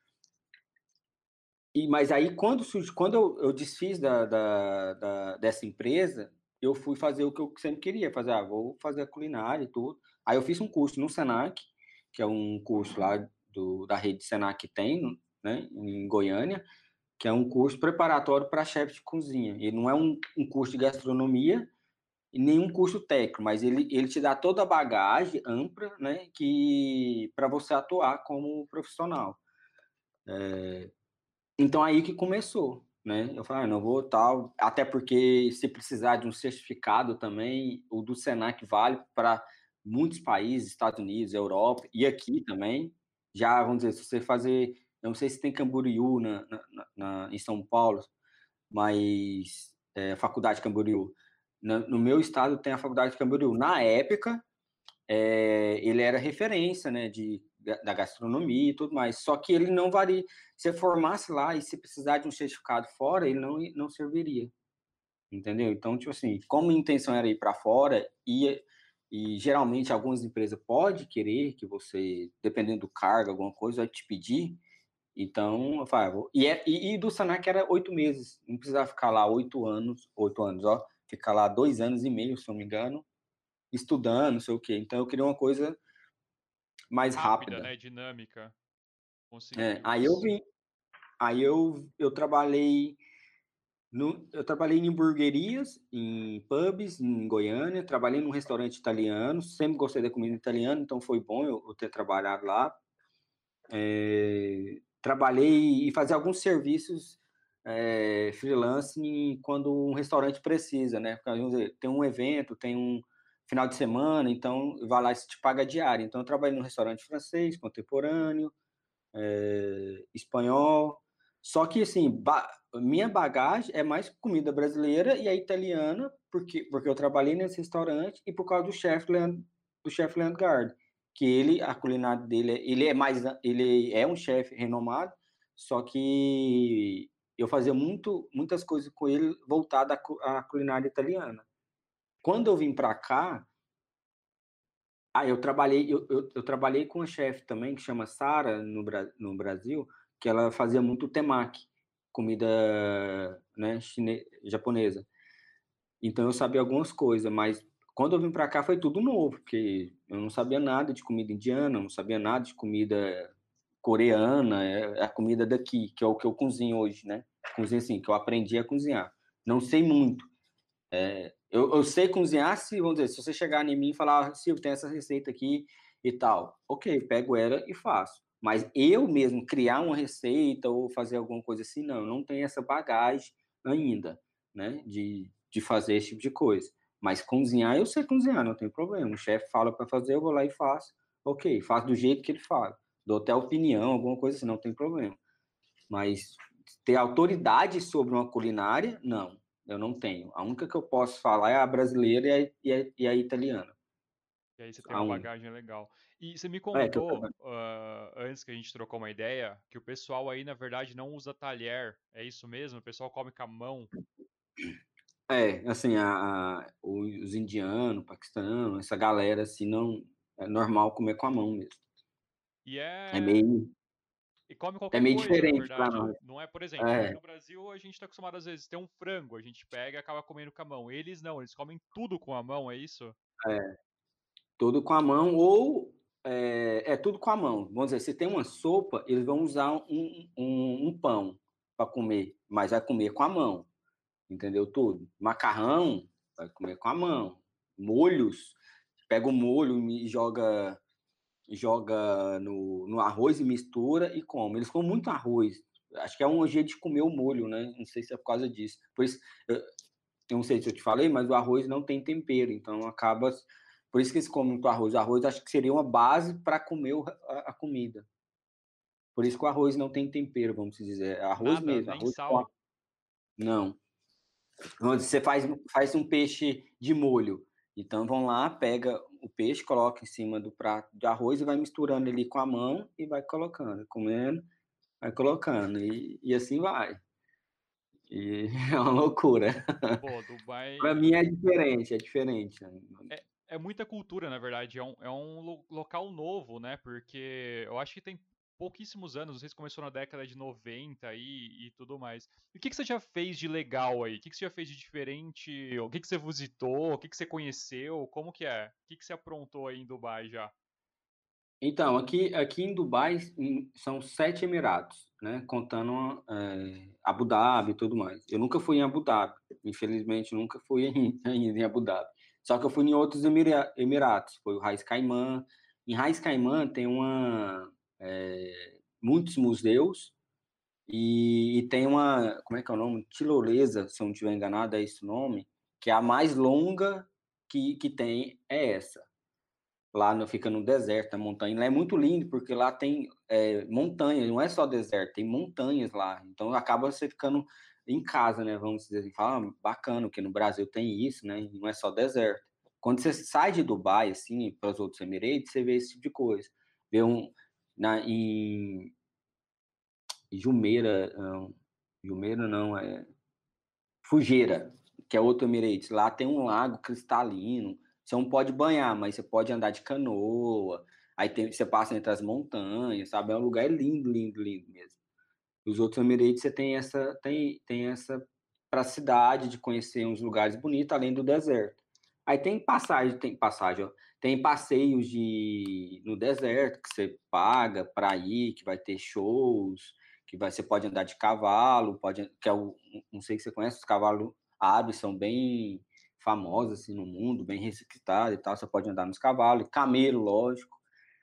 E, mas aí, quando, quando eu, eu desfiz da, da, da, dessa empresa, eu fui fazer o que eu sempre queria, fazer, ah, vou fazer a culinária e tudo. Aí eu fiz um curso no Senac, que é um curso lá do, da rede Senac que tem, né, em Goiânia, que é um curso preparatório para chefe de cozinha. Ele não é um, um curso de gastronomia e nem um curso técnico, mas ele, ele te dá toda a bagagem ampla, né, que para você atuar como profissional. É, então aí que começou, né? Eu falei, ah, não vou tal, até porque se precisar de um certificado também, o do Senac vale para muitos países, Estados Unidos, Europa e aqui também. Já, vamos dizer, se você fazer, eu não sei se tem Camboriú na, na, na em São Paulo, mas é, Faculdade de Camboriú. No, no meu estado tem a Faculdade de Camboriú. Na época, é, ele era referência, né, de, da gastronomia e tudo mais, só que ele não varia, se formasse lá e se precisar de um certificado fora, ele não, não serviria, entendeu? Então, tipo assim, como a intenção era ir para fora, e, e geralmente algumas empresas podem querer que você, dependendo do cargo, alguma coisa, vai te pedir, então, eu falava, e, é, e, e do Senac era oito meses, não precisava ficar lá oito anos, oito anos, ó, ficar lá dois anos e meio, se não me engano, estudando, não sei o quê. Então eu queria uma coisa mais Rápida, rápida. né? Dinâmica. É, Conseguiu aí eu isso. vim, aí eu, eu trabalhei no, eu trabalhei em hamburguerias, em pubs, em Goiânia, trabalhei num restaurante italiano, sempre gostei da comida italiana, então foi bom eu, eu ter trabalhado lá. É, trabalhei e fazia alguns serviços é, freelance quando um restaurante precisa, né? Porque, vamos dizer, tem um evento, tem um final de semana, então vai lá e se te paga diária. Então eu trabalhei num restaurante francês, contemporâneo, é, espanhol. Só que, assim, ba minha bagagem é mais comida brasileira e a italiana, porque, porque eu trabalhei nesse restaurante e por causa do chefe Leandro, do chefe Leandro Gard, que ele, a culinária dele, ele é mais, ele é um chefe renomado, só que eu fazia muito, muitas coisas com ele voltada à, à culinária italiana. Quando eu vim para cá, ah, eu trabalhei, eu, eu, eu trabalhei com uma chefe também que chama Sara no, no Brasil, que ela fazia muito temaki, comida, né, chine, japonesa. Então eu sabia algumas coisas, mas quando eu vim para cá foi tudo novo, porque eu não sabia nada de comida indiana, não sabia nada de comida coreana, é a comida daqui, que é o que eu cozinho hoje, né? Cozinho assim, que eu aprendi a cozinhar. Não sei muito. É, eu, eu sei cozinhar se, vamos dizer, se você chegar em mim e falar, ah, Silvio, tem essa receita aqui e tal. Ok, pego ela e faço. Mas eu mesmo criar uma receita ou fazer alguma coisa assim, não, eu não tenho essa bagagem ainda, né, de, de fazer esse tipo de coisa. Mas cozinhar, eu sei cozinhar, não tem problema. O chefe fala para fazer, eu vou lá e faço. Ok, faço do jeito que ele fala. Dou até opinião, alguma coisa assim, não tem problema. Mas ter autoridade sobre uma culinária, não. Eu não tenho. A única que eu posso falar é a brasileira e a, e a, e a italiana. E aí você tem A uma única. bagagem legal. E você me É, que eu contou, trabalho. ah, antes que a gente trocou uma ideia, que o pessoal aí, na verdade, não usa talher. É isso mesmo? O pessoal come com a mão. É, assim, a, a- os indianos, paquistanos, essa galera, assim, não. É normal comer com a mão mesmo. E É é. meio, E come é qualquer meio coisa, na diferente para verdade. nós. Não é, por exemplo, aqui É, no Brasil a gente tá acostumado às vezes ter um frango, a gente pega e acaba comendo com a mão. Eles não, eles comem tudo com a mão, é isso? é, tudo com a mão ou é, é tudo com a mão. Vamos dizer, se tem uma sopa, eles vão usar um, um, um pão para comer, mas vai comer com a mão, entendeu? Tudo. Macarrão, vai comer com a mão. Molhos, pega o molho e joga joga no, no arroz e mistura e come. Eles comem muito arroz. Acho que é um jeito de comer o molho, né? Não sei se é por causa disso. Pois eu, eu não sei se eu te falei, mas o arroz não tem tempero, então acaba. Por isso que eles comem muito arroz. O arroz acho que seria uma base para comer o- a, a comida. Por isso que o arroz não tem tempero, vamos dizer. É arroz Nada, mesmo, nem arroz com. sal. Não. Onde você faz, faz um peixe de molho. Então vão lá, pega o peixe, coloca em cima do prato de arroz e vai misturando ele com a mão e vai colocando, comendo, vai colocando, e, e assim vai. E é uma loucura. Pô, Para Dubai mim é diferente, é diferente. é, é muita cultura, na verdade. É um, é um lo- local novo, né? Porque eu acho que tem pouquíssimos anos. Não sei se começou na década de noventa aí e tudo mais. E o que, que você já fez de legal aí? O que, que você já fez de diferente? O que, que você visitou? O que, que você conheceu? Como que é? O que, que você aprontou aí em Dubai já? Então, aqui, aqui em Dubai em- são sete Emirados, né? Contando é, Abu Dhabi e tudo mais. Eu nunca fui em Abu Dhabi, infelizmente nunca fui em- ainda em Abu Dhabi. Só que eu fui em outros Emira- Emirados, foi o Raiz Caimã. Em Raiz Caimã tem uma, é, muitos museus e, e tem uma, como é que é o nome? Tirolesa, se eu não estiver enganado, é esse o nome, que é a mais longa que, que tem, é essa. Lá no, fica no deserto, na montanha. Lá é muito lindo, porque lá tem é, montanhas, não é só deserto, tem montanhas lá. Então acaba você ficando em casa, né? Vamos dizer assim, fala, ah, bacana, porque no Brasil tem isso, né? Não é só deserto. Quando você sai de Dubai, assim, para os outros Emirates, você vê esse tipo de coisa. Vê um. Na, em Jumeira, não, Jumeira não, é Fujeira, que é outro Emirates. Lá tem um lago cristalino. Você não pode banhar, mas você pode andar de canoa. Aí tem, você passa entre as montanhas, sabe? É um lugar lindo, lindo, lindo mesmo. Os outros Emirates você tem essa, tem, tem essa pracidade de conhecer uns lugares bonitos, além do deserto. Aí tem passagem, tem passagem, ó, tem passeios de no deserto que você paga para ir, que vai ter shows, que vai, você pode andar de cavalo, pode, que é o, não sei se você conhece, os cavalos árabes são bem famosos assim no mundo, bem requisitados e tal, você pode andar nos cavalos, camelo, lógico,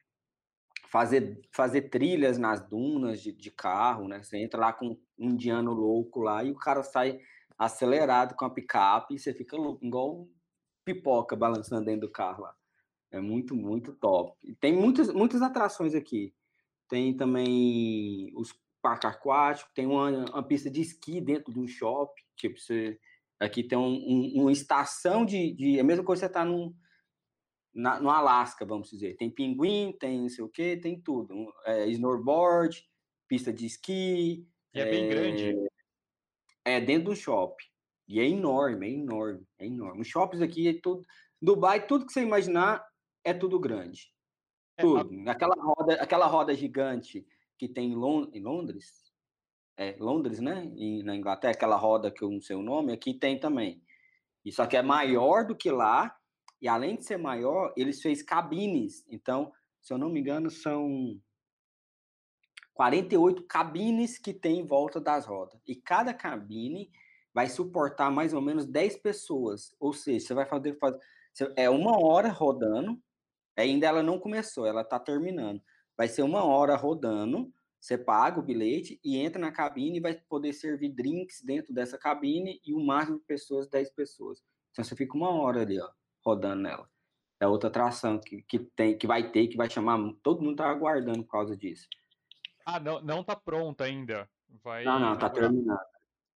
fazer, fazer trilhas nas dunas de, de carro, né? Você entra lá com um indiano louco lá e o cara sai acelerado com a picape e você fica louco, igual um pipoca balançando dentro do carro lá. É muito, muito top. E tem muitas, muitas atrações aqui. Tem também os parques aquáticos, tem uma, uma pista de esqui dentro do shopping. Tipo, você, aqui tem um, um, uma estação de, de. É a mesma coisa que você está num, na, no Alasca, vamos dizer. Tem pinguim, tem não sei o quê, tem tudo. Um, é, snowboard, pista de esqui, E é bem é, grande. é dentro do shopping. E é enorme, é enorme, é enorme. Os shoppings aqui é tudo. Dubai, tudo que você imaginar é tudo grande. É, a- Tudo. Aquela roda, aquela roda gigante que tem em, Lon em Londres, é, Londres, né? E na Inglaterra, aquela roda que eu não sei o nome, aqui tem também. E só que é maior do que lá, e além de ser maior, eles fez cabines. Então, se eu não me engano, são quarenta e oito cabines que tem em volta das rodas. E cada cabine vai suportar mais ou menos dez pessoas. Ou seja, você vai fazer, fazer é uma hora rodando, ainda ela não começou, ela está terminando. Vai ser uma hora rodando, você paga o bilhete e entra na cabine e vai poder servir drinks dentro dessa cabine e o máximo de pessoas, dez pessoas. Então você fica uma hora ali, ó, rodando nela. É outra atração que, que, tem, que vai ter, que vai chamar. Todo mundo tá aguardando por causa disso. ah, não, não tá pronta ainda. Não, Vai não, tá inaugurar. terminando.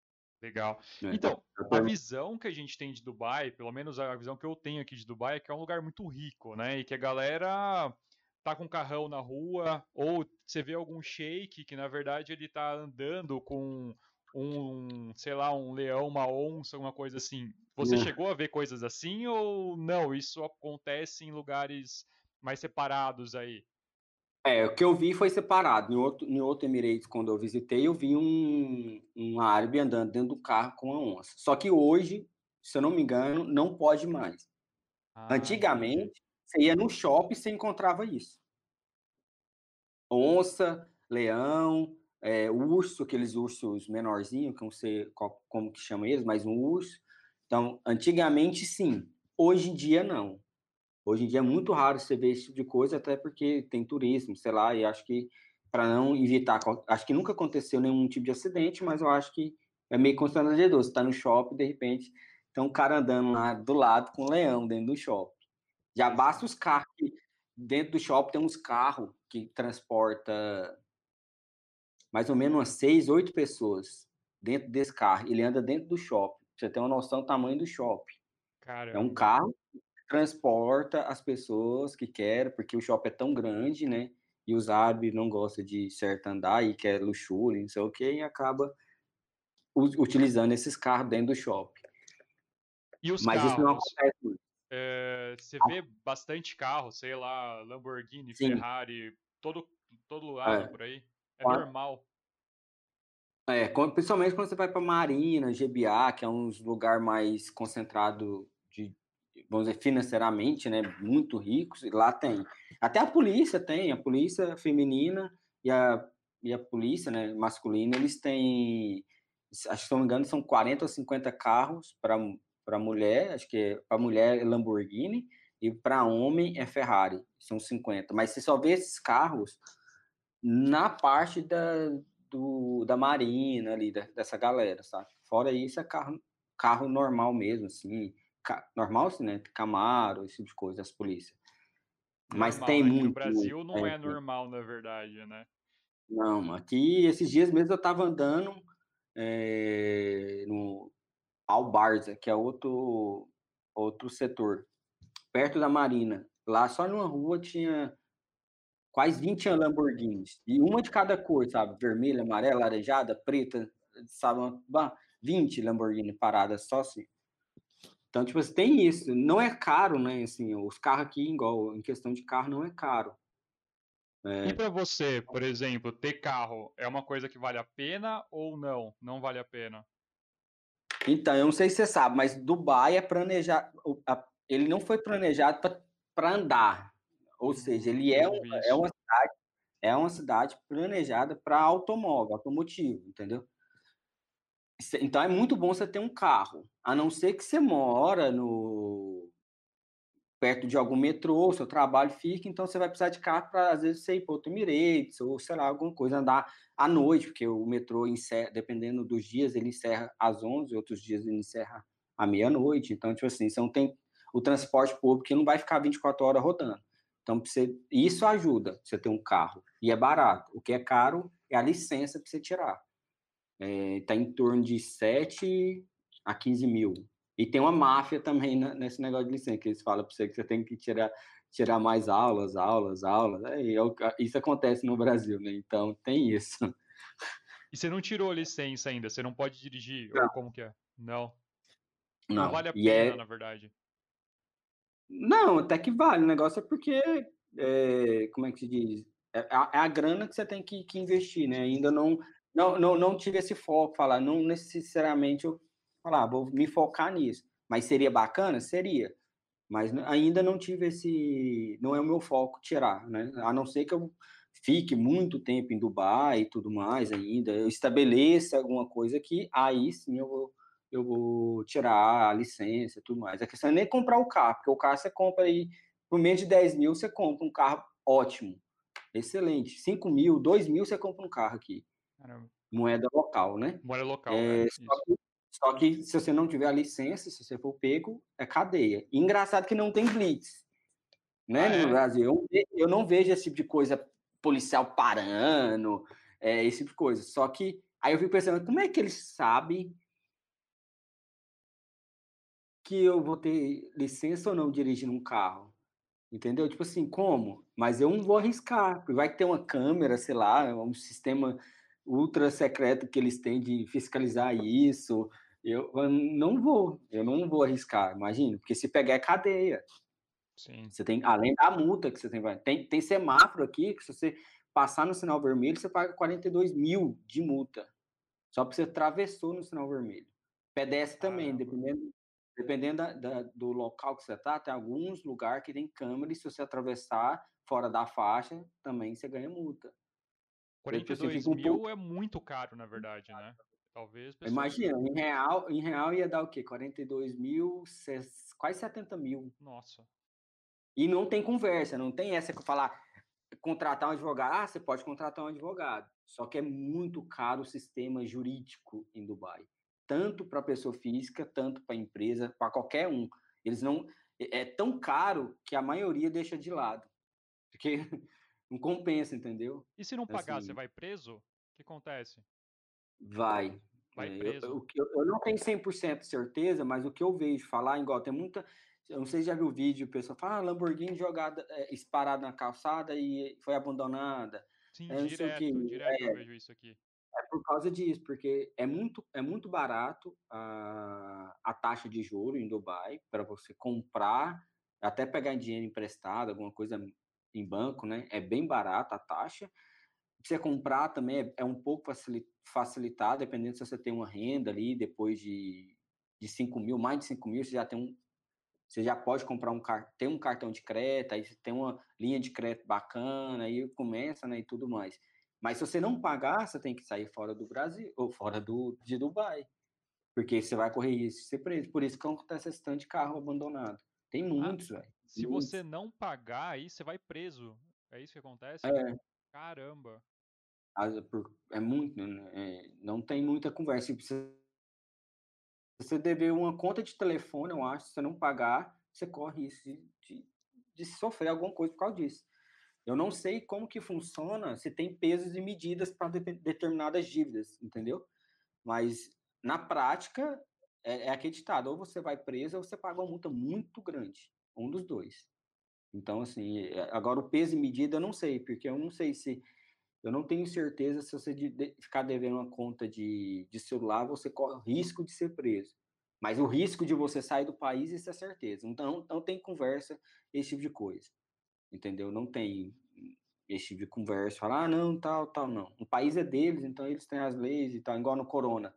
Legal. Né? Então, a visão que a gente tem de Dubai, pelo menos a visão que eu tenho aqui de Dubai, é que é um lugar muito rico, né? E que a galera tá com carrão na rua, ou você vê algum sheik que, na verdade, ele tá andando com um, sei lá, um leão, uma onça, alguma coisa assim. Você É. chegou a ver coisas assim ou não? Isso acontece em lugares mais separados aí? É, o que eu vi foi separado. Em outro, em outro Emirates, quando eu visitei, eu vi um, um árabe andando dentro do carro com uma onça. Só que hoje, se eu não me engano, não pode mais. Ah, entendi. Antigamente, você ia no shopping e você encontrava isso. Onça, leão, é, urso, aqueles ursos menorzinhos, que eu não sei qual, como que chama eles, mas um urso. Então, antigamente, sim. Hoje em dia, não. Hoje em dia é muito raro você ver esse tipo de coisa, até porque tem turismo, sei lá, e acho que para não evitar, acho que nunca aconteceu nenhum tipo de acidente, mas eu acho que é meio constrangedor. Você está no shopping, de repente, tem um cara andando lá do lado com um leão dentro do shopping. Já basta os carros que, dentro do shopping tem uns carros que transporta mais ou menos umas seis, oito pessoas dentro desse carro. Ele anda dentro do shopping. Pra você ter uma noção do tamanho do shopping. É um Caramba. carro transporta as pessoas que querem, porque o shopping é tão grande, né? E os árabes não gostam de certo andar e quer luxúria, não sei o quê, e acaba utilizando esses carros dentro do shopping. E os Mas isso não carros? acontece muito. É, você vê bastante carro, sei lá, Lamborghini, Sim, Ferrari, todo, todo lado é. por aí. É normal. É, quando- principalmente quando você vai para Marina, G B A, que é um lugar mais concentrado de, vamos dizer, financeiramente, né, muito ricos, e lá tem. Até a polícia tem, a polícia feminina e a, e a polícia, né, masculina, eles têm, acho que se não me engano, são quarenta ou cinquenta carros para para mulher, acho que para mulher é Lamborghini e para homem é Ferrari, são cinquenta. Mas você só vê esses carros na parte da, do, da Marina ali, da, dessa galera, sabe? Fora isso, é carro, carro normal mesmo, assim, ca, normal assim, né? Camaro, esse tipo de coisa, das polícias. Mas Normal, tem né? Que no muito, muito, Brasil não é, é tem. normal, na verdade, né? Não, aqui, esses dias mesmo eu tava andando é, no Albarza, que é outro, outro setor, perto da Marina. Lá só numa rua tinha quase vinte Lamborghinis. E uma de cada cor, sabe? Vermelha, amarela, laranjada, preta, sabe? vinte Lamborghini paradas só assim. Então, tipo, você tem isso. Não é caro, né? Assim, os carros aqui, igual, em questão de carro, não é caro. E É, para você, por exemplo, ter carro é uma coisa que vale a pena ou não? Não vale a pena? então, eu não sei se você sabe, mas Dubai é planejado. Ele não foi planejado para andar. Ou seja, Hum, ele é, um, eu vi é, isso. uma, cidade, é uma cidade planejada para automóvel, automotivo, entendeu? Então é muito bom você ter um carro, a não ser que você mora no perto de algum metrô, seu trabalho fica, então você vai precisar de carro para às vezes você ir para outro Emirates ou sei lá, alguma coisa, andar à noite, porque o metrô encerra, dependendo dos dias, ele encerra às onze, outros dias ele encerra à meia-noite, então tipo assim, você não tem o transporte público que não vai ficar vinte e quatro horas rodando. Então você, isso ajuda você ter um carro e é barato. O que é caro é a licença para você tirar. Está em torno de sete a quinze mil. E tem uma máfia também nesse negócio de licença, que eles falam para você que você tem que tirar, tirar mais aulas, aulas, aulas. É, isso acontece no Brasil, né? Então tem isso. E você não tirou a licença ainda? Você não pode dirigir? Ou Não, como que é? Não. Não não. vale a E pena, é. na verdade. Não, até que vale. O negócio é porque. É, como é que se diz? É a, é a grana que você tem que, que investir, né? Ainda não, não, não, não tive esse foco, falar, não necessariamente eu falar, ah, vou me focar nisso. Mas seria bacana? Seria. Mas ainda não tive esse, não é o meu foco tirar, né? A não ser que eu fique muito tempo em Dubai e tudo mais ainda, eu estabeleça alguma coisa aqui, aí sim eu vou, eu vou tirar a licença e tudo mais. A questão é nem comprar o carro, porque o carro você compra aí, por menos de dez mil, você compra um carro ótimo, excelente. cinco mil, dois mil, você compra um carro aqui, Caramba. moeda local, né? Moeda local, é. É, só Isso. que, só que se você não tiver a licença, se você for pego, é cadeia. E engraçado que não tem blitz, né, Ah, no é? Brasil. Eu, eu não vejo esse tipo de coisa, policial parando, é, esse tipo de coisa. Só que aí eu fico pensando, como é que eles sabem que eu vou ter licença ou não dirigindo um carro? Entendeu? Tipo assim, como? Mas eu não vou arriscar, porque vai ter uma câmera, sei lá, um sistema ultra secreto que eles têm de fiscalizar isso. Eu, eu não vou, eu não vou arriscar, imagina, porque se pegar é cadeia. Sim. Você tem, além da multa que você tem, vai- tem, tem semáforo aqui, que se você passar no sinal vermelho, você paga quarenta e dois mil de multa, só porque você atravessou no sinal vermelho. Pedestre também, Caramba. dependendo, dependendo da, da- do local que você está, tem alguns lugares que tem câmera e se você atravessar fora da faixa, também você ganha multa. Então, quarenta tipo e assim, dois fica um pouco. mil é muito caro, na verdade, né? Talvez pessoas. Imagina, em real, em real ia dar o quê? quarenta e dois mil, ses- quase setenta mil. Nossa. E não tem conversa, não tem essa que eu falar, contratar um advogado. Ah, você pode contratar um advogado. Só que é muito caro o sistema jurídico em Dubai. Tanto para pessoa física, tanto para empresa, para qualquer um. Eles não. É é tão caro que a maioria deixa de lado. Porque não compensa, entendeu? E se não pagar, você Assim, vai preso? O que acontece? vai. Vai É, eu, preso. eu, eu não tenho cem por cento certeza, mas o que eu vejo falar, igual, tem muita. Eu não sei se já viu o vídeo, o pessoal fala, ah, Lamborghini jogada, é, parada na calçada e foi abandonada. Sim, É, não sei o que. direto, direto eu vejo isso aqui. É por causa disso, porque é muito, é muito barato a, a taxa de juro em Dubai para você comprar, até pegar dinheiro emprestado, alguma coisa em banco, né? É bem barato a taxa. Pra você comprar também é, é um pouco facilitado, dependendo se você tem uma renda ali, depois de, de cinco mil, mais de cinco mil, você já tem um, você já pode comprar um tem um cartão de crédito, aí você tem uma linha de crédito bacana, aí começa, né, e tudo mais. Mas se você não pagar, você tem que sair fora do Brasil, ou fora do, de Dubai, porque você vai correr risco de ser preso. Por isso que acontece esse tanto de carro abandonado. Tem Ah, muitos, velho. se você Muitos. não pagar, aí você vai preso. É isso que acontece? É, Caramba. é muito, né? É, não tem muita conversa. Se você você dever uma conta de telefone, eu acho, se você não pagar, você corre risco de, de, de sofrer alguma coisa por causa disso. Eu não sei como que funciona, se tem pesos e medidas para de, determinadas dívidas, entendeu? Mas, na prática, é, é acreditado, ou você vai preso ou você paga uma multa muito grande, um dos dois. Então, assim, é, agora o peso e medida eu não sei, porque eu não sei se eu não tenho certeza se você de, de, ficar devendo uma conta de, de celular, você corre o risco de ser preso. Mas o risco de você sair do país, isso é certeza. Então, não tem conversa, esse tipo de coisa. Entendeu? Não tem esse tipo de conversa. Falar, ah, não, tal, tal, não. O país é deles, então eles têm as leis e tal. Igual no Corona.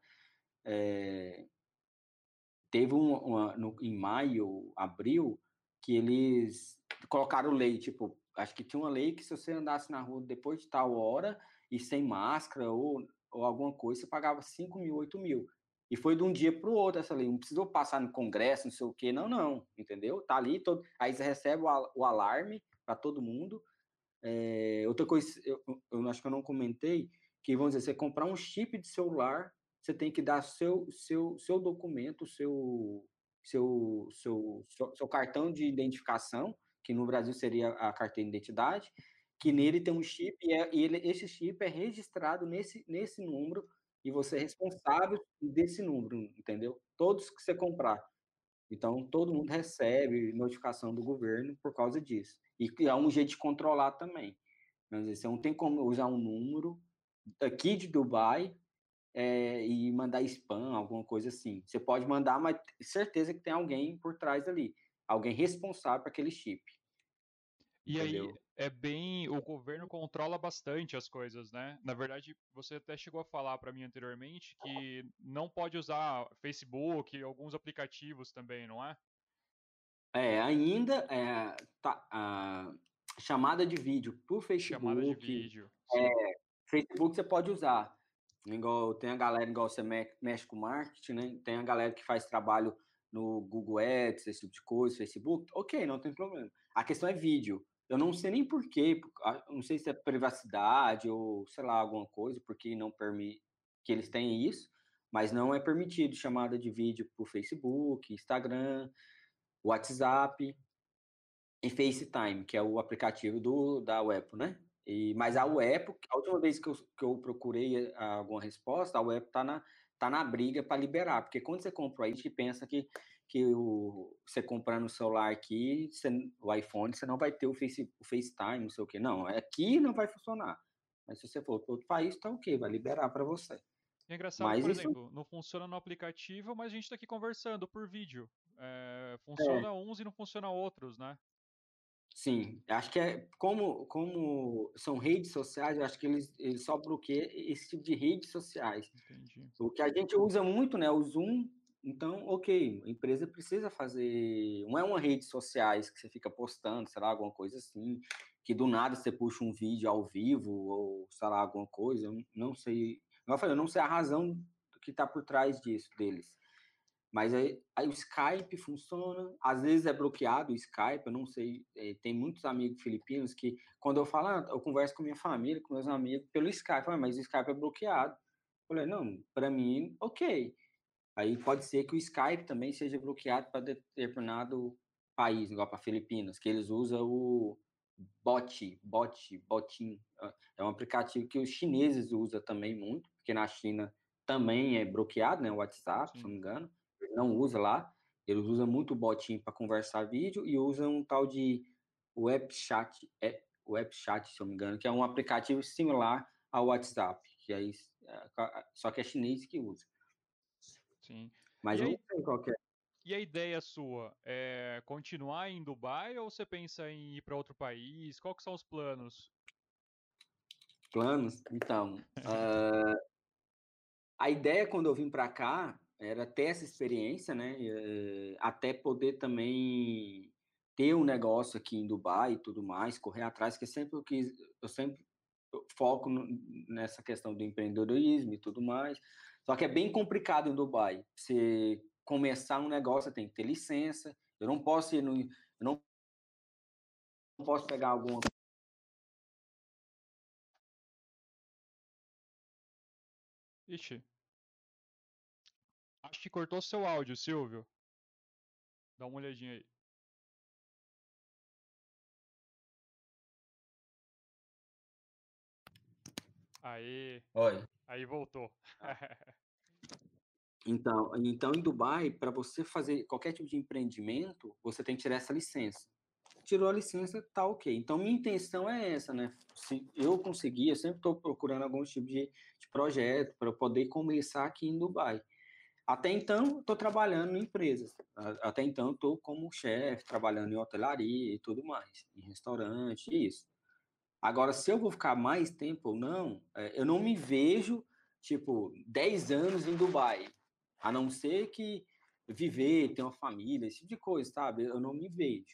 É, teve uma, uma no, em maio, abril, que eles colocaram lei, tipo, acho que tinha uma lei que se você andasse na rua depois de tal hora e sem máscara ou, ou alguma coisa, você pagava cinco mil, oito mil. E foi de um dia para o outro essa lei. Não precisou passar no Congresso, não sei o quê. Não, não. Entendeu? Tá ali, todo... aí você recebe o, al o alarme para todo mundo. É, outra coisa, eu, eu acho que eu não comentei, que vamos dizer, você comprar um chip de celular, você tem que dar seu, seu, seu documento, seu, seu, seu, seu, seu cartão de identificação, que no Brasil seria a carteira de identidade, que Uhum. nele tem um chip e, é, e ele, esse chip é registrado nesse, nesse número e você é responsável desse número, entendeu? Todos que você comprar. Então, todo mundo recebe notificação do governo por causa disso. E é um jeito de controlar também. Mas você não tem como usar um número daqui de Dubai é, e mandar spam, alguma coisa assim. Você pode mandar, mas certeza que tem alguém por trás ali. Alguém responsável por aquele chip. E aí Entendeu? é bem, o governo controla bastante as coisas, né? Na verdade, você até chegou a falar para mim anteriormente que não pode usar Facebook, alguns aplicativos também, não é? É, ainda é, tá, a chamada de vídeo por Chamada de Facebook, vídeo, é, sim. Facebook você pode usar. Igual, tem a galera, igual você mexe com marketing, né? Tem a galera que faz trabalho no Google Ads, esse tipo de coisa, Facebook. Ok, não tem problema. A questão é vídeo. Eu não sei nem por quê, não sei se é privacidade ou sei lá, alguma coisa, porque não permite que eles tenham isso, mas não é permitido chamada de vídeo por Facebook, Instagram, WhatsApp e FaceTime, que é o aplicativo do, da Apple, né? E, mas a Uhum. Apple, a última vez que eu, que eu procurei alguma resposta, a Apple está na, tá na briga para liberar, porque quando você compra aí, a gente pensa que, que o, você comprando o celular aqui, você, o iPhone, você não vai ter o, face, o FaceTime, não sei o que. Não, aqui não vai funcionar. Mas se você for para outro país, tá ok, vai liberar para você. É engraçado que, Mas por isso exemplo, não funciona no aplicativo, mas a gente tá aqui conversando por vídeo. É, é, funciona uns e não funciona outros, né? sim, acho que é como, como são redes sociais, eu acho que eles, eles só bloqueiam esse tipo de redes sociais. Entendi. O que a gente usa muito, né, o Zoom, então, ok, a empresa precisa fazer, não é uma rede sociais que você fica postando, sei lá, alguma coisa assim, que do nada você puxa um vídeo ao vivo, ou sei lá, alguma coisa, eu não sei, como eu falei, eu não sei a razão que está por trás disso, deles. Mas aí, aí o Skype funciona, às vezes é bloqueado o Skype, eu não sei, é, tem muitos amigos filipinos que, quando eu falo, ah, eu converso com minha família, com meus amigos, pelo Skype, ah, mas o Skype é bloqueado. Eu falei, não, para mim, ok. Aí pode ser que o Skype também seja bloqueado para determinado país, igual para Filipinas, que eles usam o Bot, Bot, Botin. É um aplicativo que os chineses usam também muito, porque na China também é bloqueado, né? O WhatsApp, se não Sim. me engano, ele não usa lá. Eles usam muito o Botin para conversar vídeo e usam um tal de WebChat, é, WebChat, se eu não me engano, que é um aplicativo similar ao WhatsApp, que aí, só que é chinês que usa. Sim. Mas E eu não aí, sei qual que é e a ideia sua é continuar em Dubai ou você pensa em ir para outro país? Qual que são os planos? planos. Então, uh, a ideia quando eu vim para cá era ter essa experiência, né? eh, Até poder também ter um negócio aqui em Dubai e tudo mais, correr atrás, que sempre eu quis, eu sempre foco no, nessa questão do empreendedorismo e tudo mais. Só que é bem complicado em Dubai. Você começar um negócio, você tem que ter licença. Eu não posso ir no, eu não posso pegar alguma. Ixi, acho que cortou seu áudio, Silvio. Dá uma olhadinha aí. Aí, Olha. aí voltou. Então, então, em Dubai, para você fazer qualquer tipo de empreendimento, você tem que tirar essa licença. Tirou a licença, tá ok. Então, minha intenção é essa, né? Se eu conseguir, eu sempre estou procurando algum tipo de, de projeto para eu poder começar aqui em Dubai. Até então, estou trabalhando em empresas. Até então, estou como chefe, trabalhando em hotelaria e tudo mais, em restaurante, isso. Agora, se eu vou ficar mais tempo ou não, é, eu não me vejo, tipo, dez anos em Dubai. A não ser que viver, ter uma família, esse tipo de coisa, sabe? Eu não me vejo.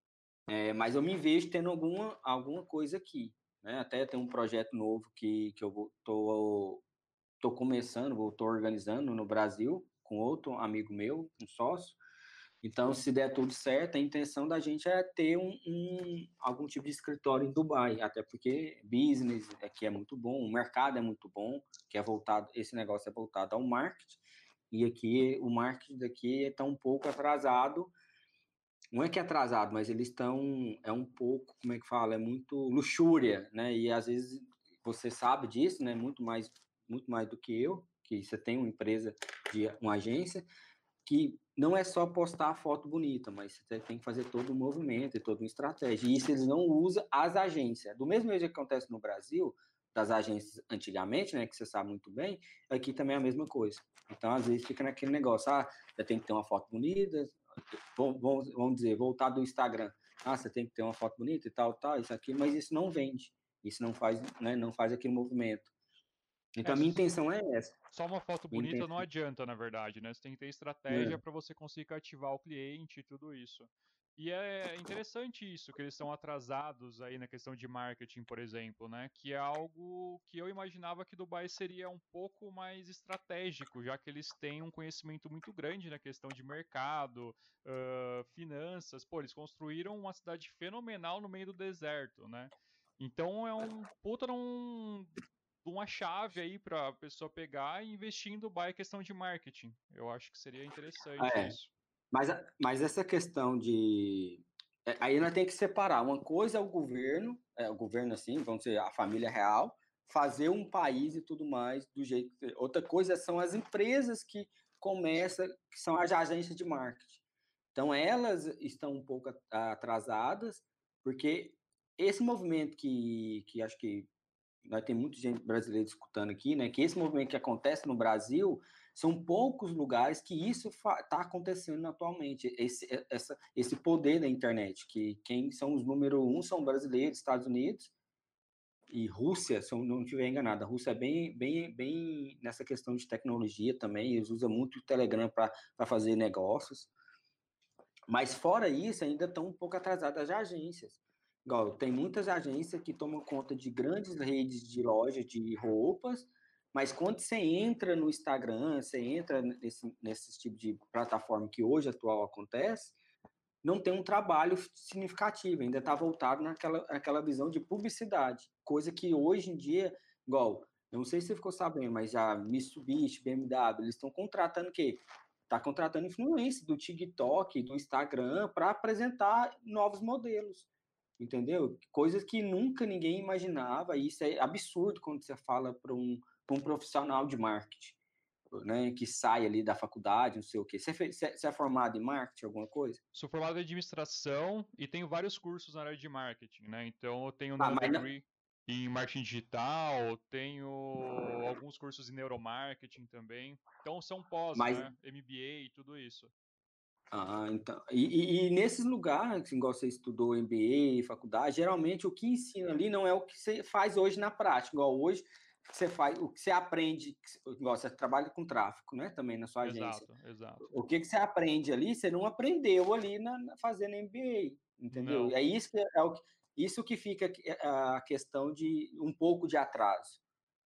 É, mas eu me vejo tendo alguma, alguma coisa aqui, né? Até tem um projeto novo que, que eu vou, tô, tô começando, vou, tô organizando no Brasil, com outro amigo meu, um sócio. Então, se der tudo certo, a intenção da gente é ter um, um, algum tipo de escritório em Dubai, até porque business aqui é muito bom, o mercado é muito bom, que é voltado, esse negócio é voltado ao marketing, e aqui o marketing daqui está um pouco atrasado, não é que é atrasado, mas eles estão, é um pouco, como é que fala, é muito luxúria, né? E às vezes você sabe disso, né? Muito mais, muito mais do que eu, que você tem uma empresa de uma agência, que não é só postar a foto bonita, mas você tem que fazer todo um movimento e toda uma estratégia. E isso eles não usam as agências. Do mesmo jeito que acontece no Brasil, das agências antigamente, né, que você sabe muito bem, aqui também é a mesma coisa. Então, às vezes, fica naquele negócio, ah, você tem que ter uma foto bonita, vamos, vamos dizer, voltar do Instagram, ah, você tem que ter uma foto bonita e tal, tal, isso aqui, mas isso não vende, isso não faz, né, não faz aquele movimento. Então, É, a minha intenção é essa. só uma foto Minha bonita não intenção adianta, na verdade, né? Você tem que ter estratégia é, para você conseguir cativar o cliente e tudo isso. E é interessante isso, que eles estão atrasados aí na questão de marketing, por exemplo, né? Que é algo que eu imaginava que Dubai seria um pouco mais estratégico, já que eles têm um conhecimento muito grande na questão de mercado, uh, finanças. Pô, eles construíram uma cidade fenomenal no meio do deserto, né? Então é um puta num, uma chave aí para a pessoa pegar e investir em Dubai questão de marketing. Eu acho que seria interessante é, isso. Mas, mas essa questão de. é, Aí nós temos que separar. Uma coisa é o governo, é, o governo assim, vamos dizer, a família real, fazer um país e tudo mais do jeito que... Outra coisa são as empresas que começam, que são as agências de marketing. Então, elas estão um pouco atrasadas, porque esse movimento que, que acho que nós tem muita gente brasileira escutando aqui, né, que esse movimento que acontece no Brasil, são poucos lugares que isso está acontecendo atualmente, esse, essa, esse poder da internet, que quem são os número um são brasileiros, Estados Unidos e Rússia, se eu não estiver enganado. A Rússia é bem, bem, bem nessa questão de tecnologia também, eles usam muito o Telegram para fazer negócios. Mas fora isso, ainda estão um pouco atrasadas as agências. Igual, tem muitas agências que tomam conta de grandes redes de lojas de roupas, mas quando você entra no Instagram, você entra nesse, nesse tipo de plataforma que hoje atual acontece, não tem um trabalho significativo, ainda está voltado naquela, naquela visão de publicidade, coisa que hoje em dia, igual, eu não sei se você ficou sabendo, mas a Mitsubishi, B M W, eles estão contratando o quê? Está contratando influência do TikTok, do Instagram, para apresentar novos modelos, entendeu? Coisas que nunca ninguém imaginava, e isso é absurdo quando você fala para um, um profissional de marketing, né, que sai ali da faculdade, não sei o quê. Você, fez, você é formado em marketing, alguma coisa? Sou formado em administração e tenho vários cursos na área de marketing, né? Então eu tenho Ah, no mas não... degree em marketing digital, tenho alguns cursos em neuromarketing também. Então são pós, mas né? M B A e tudo isso. Ah, então. E, e, e nesses lugares, igual você estudou M B A, faculdade, geralmente o que ensina ali não é o que você faz hoje na prática. Igual hoje, você faz, o que você aprende, igual você trabalha com tráfico, né? Também na sua agência. Exato, exato. O que, que você aprende ali, você não aprendeu ali na, na fazendo M B A, entendeu? Não, É isso que é o isso que fica a questão de um pouco de atraso.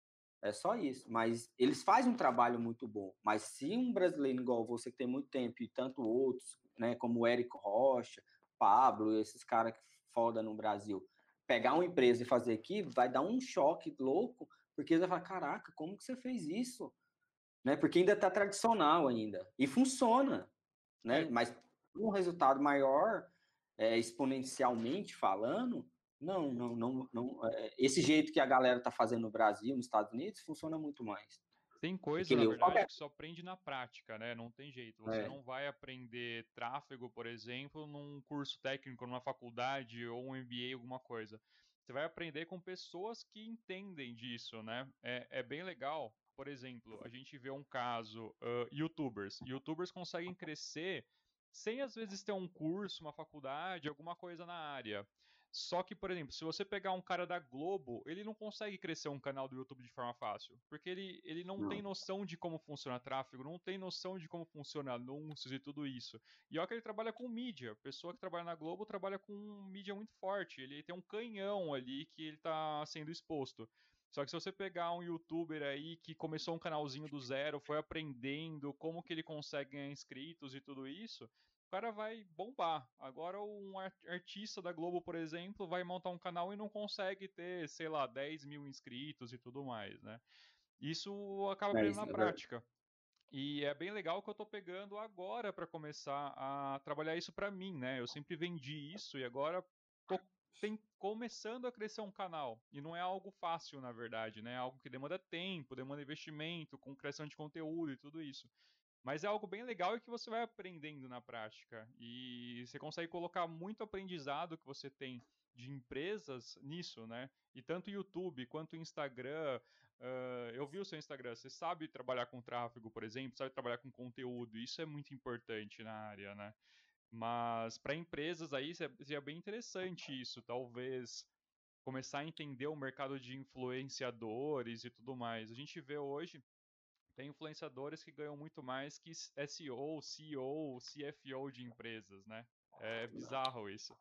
É só isso. Mas eles fazem um trabalho muito bom. Mas se um brasileiro igual você, que tem muito tempo, e tanto outros, né, como o Érico Rocha, Pablo, esses caras foda no Brasil, pegar uma empresa e fazer aqui, vai dar um choque louco, porque eles vão falar, caraca, como que você fez isso? Né? Porque ainda está tradicional ainda. E funciona, é, né? Mas um resultado maior, é, exponencialmente falando, não, não, não, não. É, esse jeito que a galera está fazendo no Brasil, nos Estados Unidos, funciona muito mais. tem coisa, na Aquele, verdade, qualquer, que só aprende na prática, né? Não tem jeito. Você é, não vai aprender tráfego, por exemplo, num curso técnico, numa faculdade ou um M B A, alguma coisa. Você vai aprender com pessoas que entendem disso, né? É, é bem legal. Por exemplo, a gente vê um caso, uh, YouTubers. YouTubers conseguem crescer sem, às vezes, ter um curso, uma faculdade, alguma coisa na área. Só que, por exemplo, se você pegar um cara da Globo, ele não consegue crescer um canal do YouTube de forma fácil. Porque ele, ele não tem não, noção de como funciona tráfego, não tem noção de como funciona anúncios e tudo isso. E olha que ele trabalha com mídia. A pessoa que trabalha na Globo trabalha com mídia muito forte. Ele tem um canhão ali que ele está sendo exposto. Só que se você pegar um youtuber aí que começou um canalzinho do zero, foi aprendendo como que ele consegue ganhar inscritos e tudo isso, o cara vai bombar. Agora um artista da Globo, por exemplo, vai montar um canal e não consegue ter, sei lá, dez mil inscritos e tudo mais, né? Isso acaba é aprendendo isso, na é verdade. prática. E é bem legal que eu tô pegando agora para começar a trabalhar isso para mim, né? Eu sempre vendi isso e agora tô tem, começando a crescer um canal. E não é algo fácil, na verdade, né? É algo que demanda tempo, demanda investimento, com criação de conteúdo e tudo isso. Mas é algo bem legal e que você vai aprendendo na prática. E você consegue colocar muito aprendizado que você tem de empresas nisso, né? E tanto o YouTube quanto o Instagram. Uh, eu vi o seu Instagram, você sabe trabalhar com tráfego, por exemplo, sabe trabalhar com conteúdo. Isso é muito importante na área, né? Mas para empresas aí seria bem interessante isso, talvez começar a entender o mercado de influenciadores e tudo mais. A gente vê hoje tem influenciadores que ganham muito mais que S E O, C E O, C F O de empresas, né? É bizarro isso.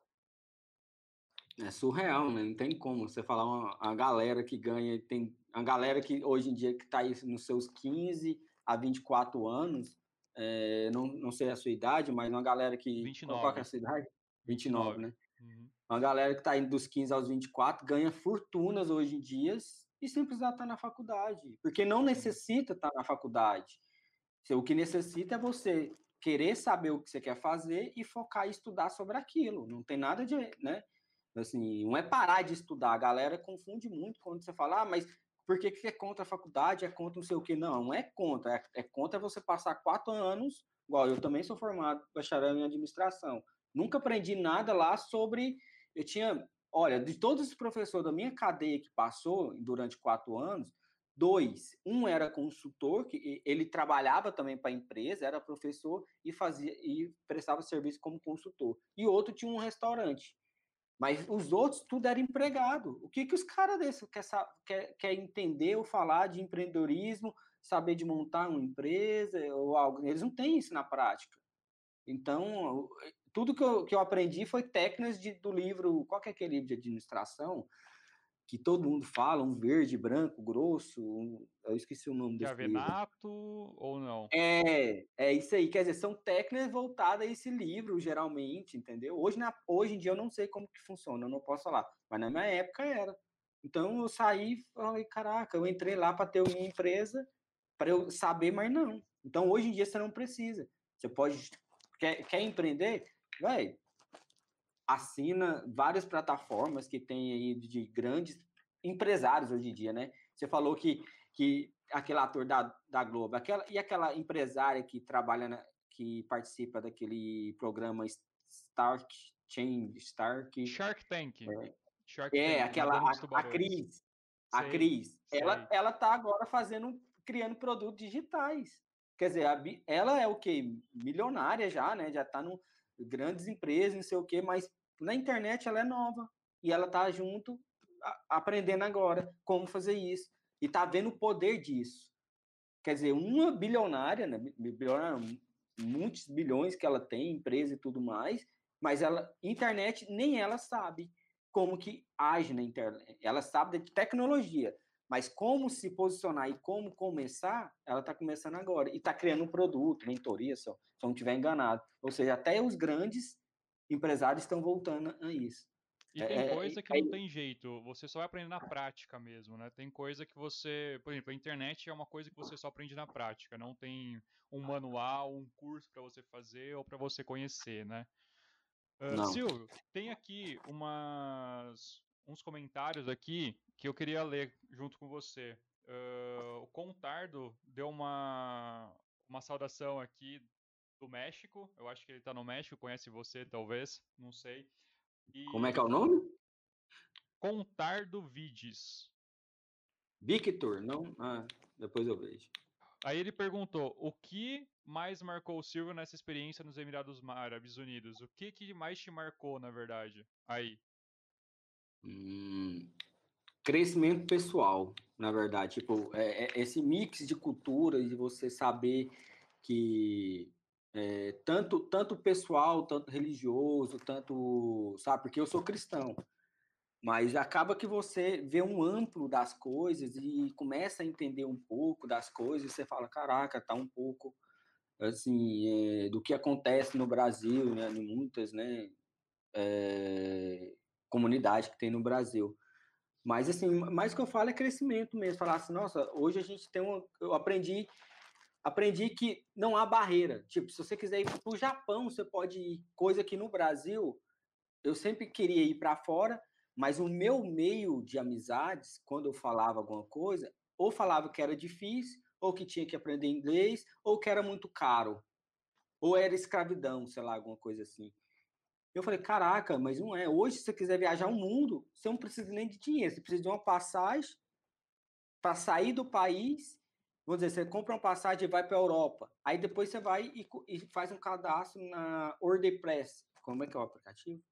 É surreal, né? Não tem como você falar uma, uma galera que ganha, tem a galera que hoje em dia que está aí nos seus quinze a vinte e quatro anos, é, não, não sei a sua idade, mas uma galera que. Qual, qual que é a vinte e nove. sua idade? vinte e nove, vinte e nove. né? Uhum. Uma galera que está indo dos quinze aos vinte e quatro ganha fortunas hoje em dia e sem precisar estar na faculdade, porque não Sim. necessita estar na faculdade. O que necessita é você querer saber o que você quer fazer e focar e estudar sobre aquilo. Não tem nada de, né? Assim, não é parar de estudar. A galera confunde muito quando você fala, ah, mas por que, que é contra a faculdade, é contra não sei o quê. Não, não é contra, é, é contra você passar quatro anos, igual eu também sou formado bacharel em administração. Nunca aprendi nada lá sobre, eu tinha, olha, de todos os professores da minha cadeia que passou durante quatro anos, dois, um era consultor, que ele trabalhava também para a empresa, era professor e fazia e prestava serviço como consultor. E outro tinha um restaurante. Mas os outros, tudo era empregado. O que, que os caras desses quer, quer, quer entender ou falar de empreendedorismo, saber de montar uma empresa ou algo? Eles não têm isso na prática. Então, tudo que eu, que eu aprendi foi técnicas de, do livro, qual que é aquele livro de administração? Que todo mundo fala, um verde, branco, grosso, um, eu esqueci o nome desse Chiavenato livro. ou não? É, é isso aí, quer dizer, são técnicas voltadas a esse livro, geralmente, entendeu? Hoje, na, hoje em dia eu não sei como que funciona, eu não posso falar, mas na minha época era. Então eu saí e falei, caraca, eu entrei lá para ter uma empresa, para eu saber, mas não. Então hoje em dia você não precisa. Você pode, quer, quer empreender? Vai, assina várias plataformas que tem aí de grandes empresários hoje em dia, né? Você falou que, que aquele ator da, da Globo, aquela, e aquela empresária que trabalha, na, que participa daquele programa Stark Chain, Stark... Shark Tank. É, Shark é Tank, aquela, nadando com os a, a tubarões. Cris, a Sei, Cris, ela, sei. ela tá agora fazendo, criando produtos digitais. Quer dizer, a, ela é o quê? Milionária já, né? Já tá no grandes empresas, não sei o quê, mas na internet ela é nova e ela tá junto a, aprendendo agora como fazer isso e tá vendo o poder disso. Quer dizer, uma bilionária, né? Bilionária, muitos bilhões que ela tem, empresa e tudo mais, mas ela, internet, nem ela sabe como que age na internet. Ela sabe de tecnologia, mas como se posicionar e como começar, ela está começando agora. E está criando um produto, mentoria, se eu não estiver enganado. Ou seja, até os grandes empresários estão voltando a isso. E É, tem é, coisa que é, não tem jeito, você só vai aprender na prática mesmo, né? Tem coisa que você, por exemplo, a internet é uma coisa que você só aprende na prática, não tem um manual, um curso para você fazer ou para você conhecer, né? Uh, não. Silvio, tem aqui umas, uns comentários aqui que eu queria ler junto com você. Uh, o Contardo deu uma, uma saudação aqui do México, eu acho que ele está no México, conhece você talvez, não sei. Como é que E é o nome? Contardo Vides. Victor, não? Ah, depois eu vejo. Aí ele perguntou: o que mais marcou o Silvio nessa experiência nos Emirados Árabes Unidos? O que, que mais te marcou, na verdade? Aí. Hum, crescimento pessoal, na verdade. Tipo, é, é esse mix de culturas, de você saber que é, tanto, tanto pessoal, tanto religioso, tanto. Sabe, porque eu sou cristão. Mas acaba que você vê um amplo das coisas e começa a entender um pouco das coisas, e você fala, caraca, tá um pouco assim, é, do que acontece no Brasil, né, em muitas, né, é, comunidades que tem no Brasil. Mas assim, mais que eu falo é crescimento mesmo, falar assim, nossa, hoje a gente tem uma, eu aprendi, aprendi que não há barreira. Tipo, se você quiser ir para o Japão, você pode ir, coisa que no Brasil eu sempre queria ir para fora, mas o meu meio de amizades, quando eu falava alguma coisa, ou falava que era difícil, ou que tinha que aprender inglês, ou que era muito caro, ou era escravidão, sei lá, alguma coisa assim. Eu falei, caraca, mas não é. Hoje, se você quiser viajar o mundo, você não precisa nem de dinheiro, você precisa de uma passagem para sair do país. Vamos dizer, você compra uma passagem e vai para a Europa. Aí depois você vai e, e faz um cadastro na WordPress. Como é que é o aplicativo?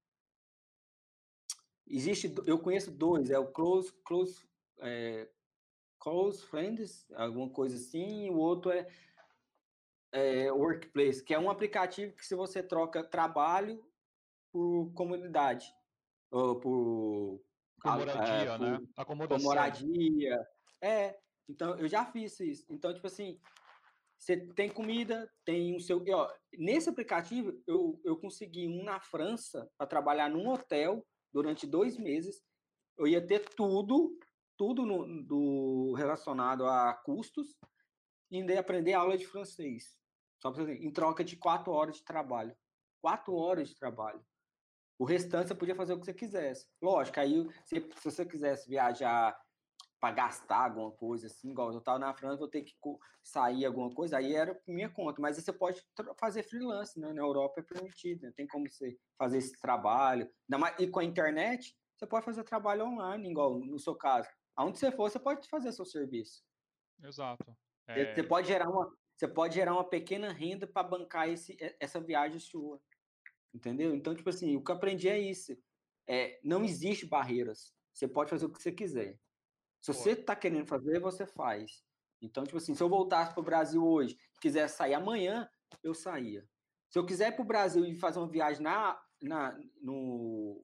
Existe, eu conheço dois, é o Close, Close, é, Close Friends, alguma coisa assim, e o outro é, é Workplace, que é um aplicativo que se você troca trabalho por comunidade, ou por, Por é, moradia, por, né? por Acomodação. moradia. É, então eu já fiz isso. Então, tipo assim, você tem comida, tem o seu. Ó, nesse aplicativo, eu, eu consegui um na França para trabalhar num hotel durante dois meses. Eu ia ter tudo, tudo no, do, relacionado a custos e ainda ia aprender aula de francês. Só para em troca de quatro horas de trabalho. Quatro horas de trabalho. O restante você podia fazer o que você quisesse. Lógico, aí se, se você quisesse viajar para gastar alguma coisa, assim, igual eu estava na França, vou ter que sair alguma coisa, aí era por minha conta, mas aí você pode fazer freelance, né? Na Europa é permitido, né? Tem como você fazer esse trabalho, e com a internet, você pode fazer trabalho online, igual no seu caso. Aonde você for, você pode fazer seu serviço. Exato. É... Você, pode gerar uma, você pode gerar uma pequena renda para bancar esse, essa viagem sua, entendeu? Então, tipo assim, o que eu aprendi é isso, é, não existe barreiras, você pode fazer o que você quiser. Se você está querendo fazer, você faz. Então, tipo assim, se eu voltasse para o Brasil hoje, quisesse sair amanhã, eu saía. Se eu quiser ir para o Brasil e fazer uma viagem na, na, no,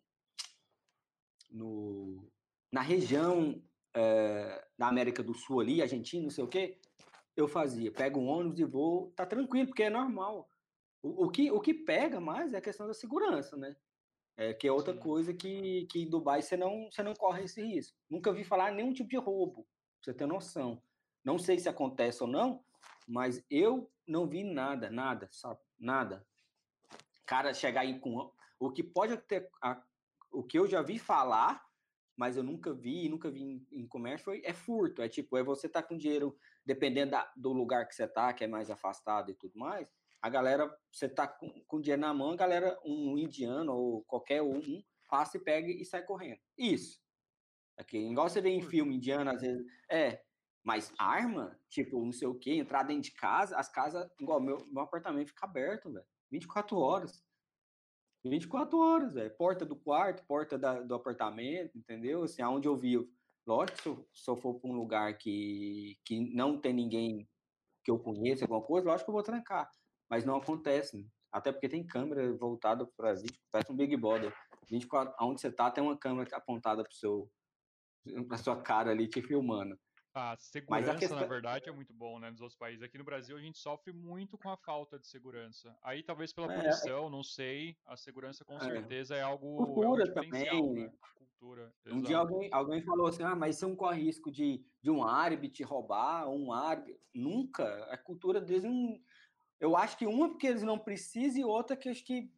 no, na região é, da América do Sul ali, Argentina, não sei o quê, eu fazia. Pego um ônibus e vou, tá tranquilo, porque é normal. O, o, que, o que pega mais é a questão da segurança, né? É, que é outra Sim. coisa que, que em Dubai você não, você não corre esse risco. Nunca vi falar nenhum tipo de roubo, pra você ter noção. Não sei se acontece ou não, mas eu não vi nada, nada, sabe? Nada. Cara, chegar aí com... O que pode ter... A, o que eu já vi falar, mas eu nunca vi, nunca vi em, em comércio, foi, é furto. É tipo, é você tá com dinheiro, dependendo da, do lugar que você tá, que é mais afastado e tudo mais, a galera, você tá com, com dinheiro na mão, a galera, um indiano ou qualquer um, passa e pega e sai correndo. Isso. Aqui, igual você vê em filme indiano, às vezes, é, mas arma, tipo, não sei o quê, entrar dentro de casa, as casas, igual meu, meu apartamento fica aberto, velho, vinte e quatro horas. vinte e quatro horas, velho. Porta do quarto, porta da, do apartamento, entendeu? Assim, aonde eu vivo. Lógico que se eu, se eu for para um lugar que, que não tem ninguém que eu conheça, alguma coisa, lógico que eu vou trancar. Mas não acontece, né? Até porque tem câmera voltada para vinte, parece um Big Brother. vinte e quatro, onde você tá, tem uma câmera apontada para seu para sua cara ali te filmando. A Mas a segurança, questão... na verdade, é muito bom, né, nos outros países. Aqui no Brasil, a gente sofre muito com a falta de segurança. Aí, talvez pela é, punição, não sei, a segurança com é, certeza é algo, é um cultura diferencial, também. né? Cultura, Um dia exato. alguém, alguém falou assim, ah, mas você não corre risco de, de um árabe te roubar, ou um árabe... Nunca. A cultura deles não... Eu acho que uma porque eles não precisam e outra que acho que...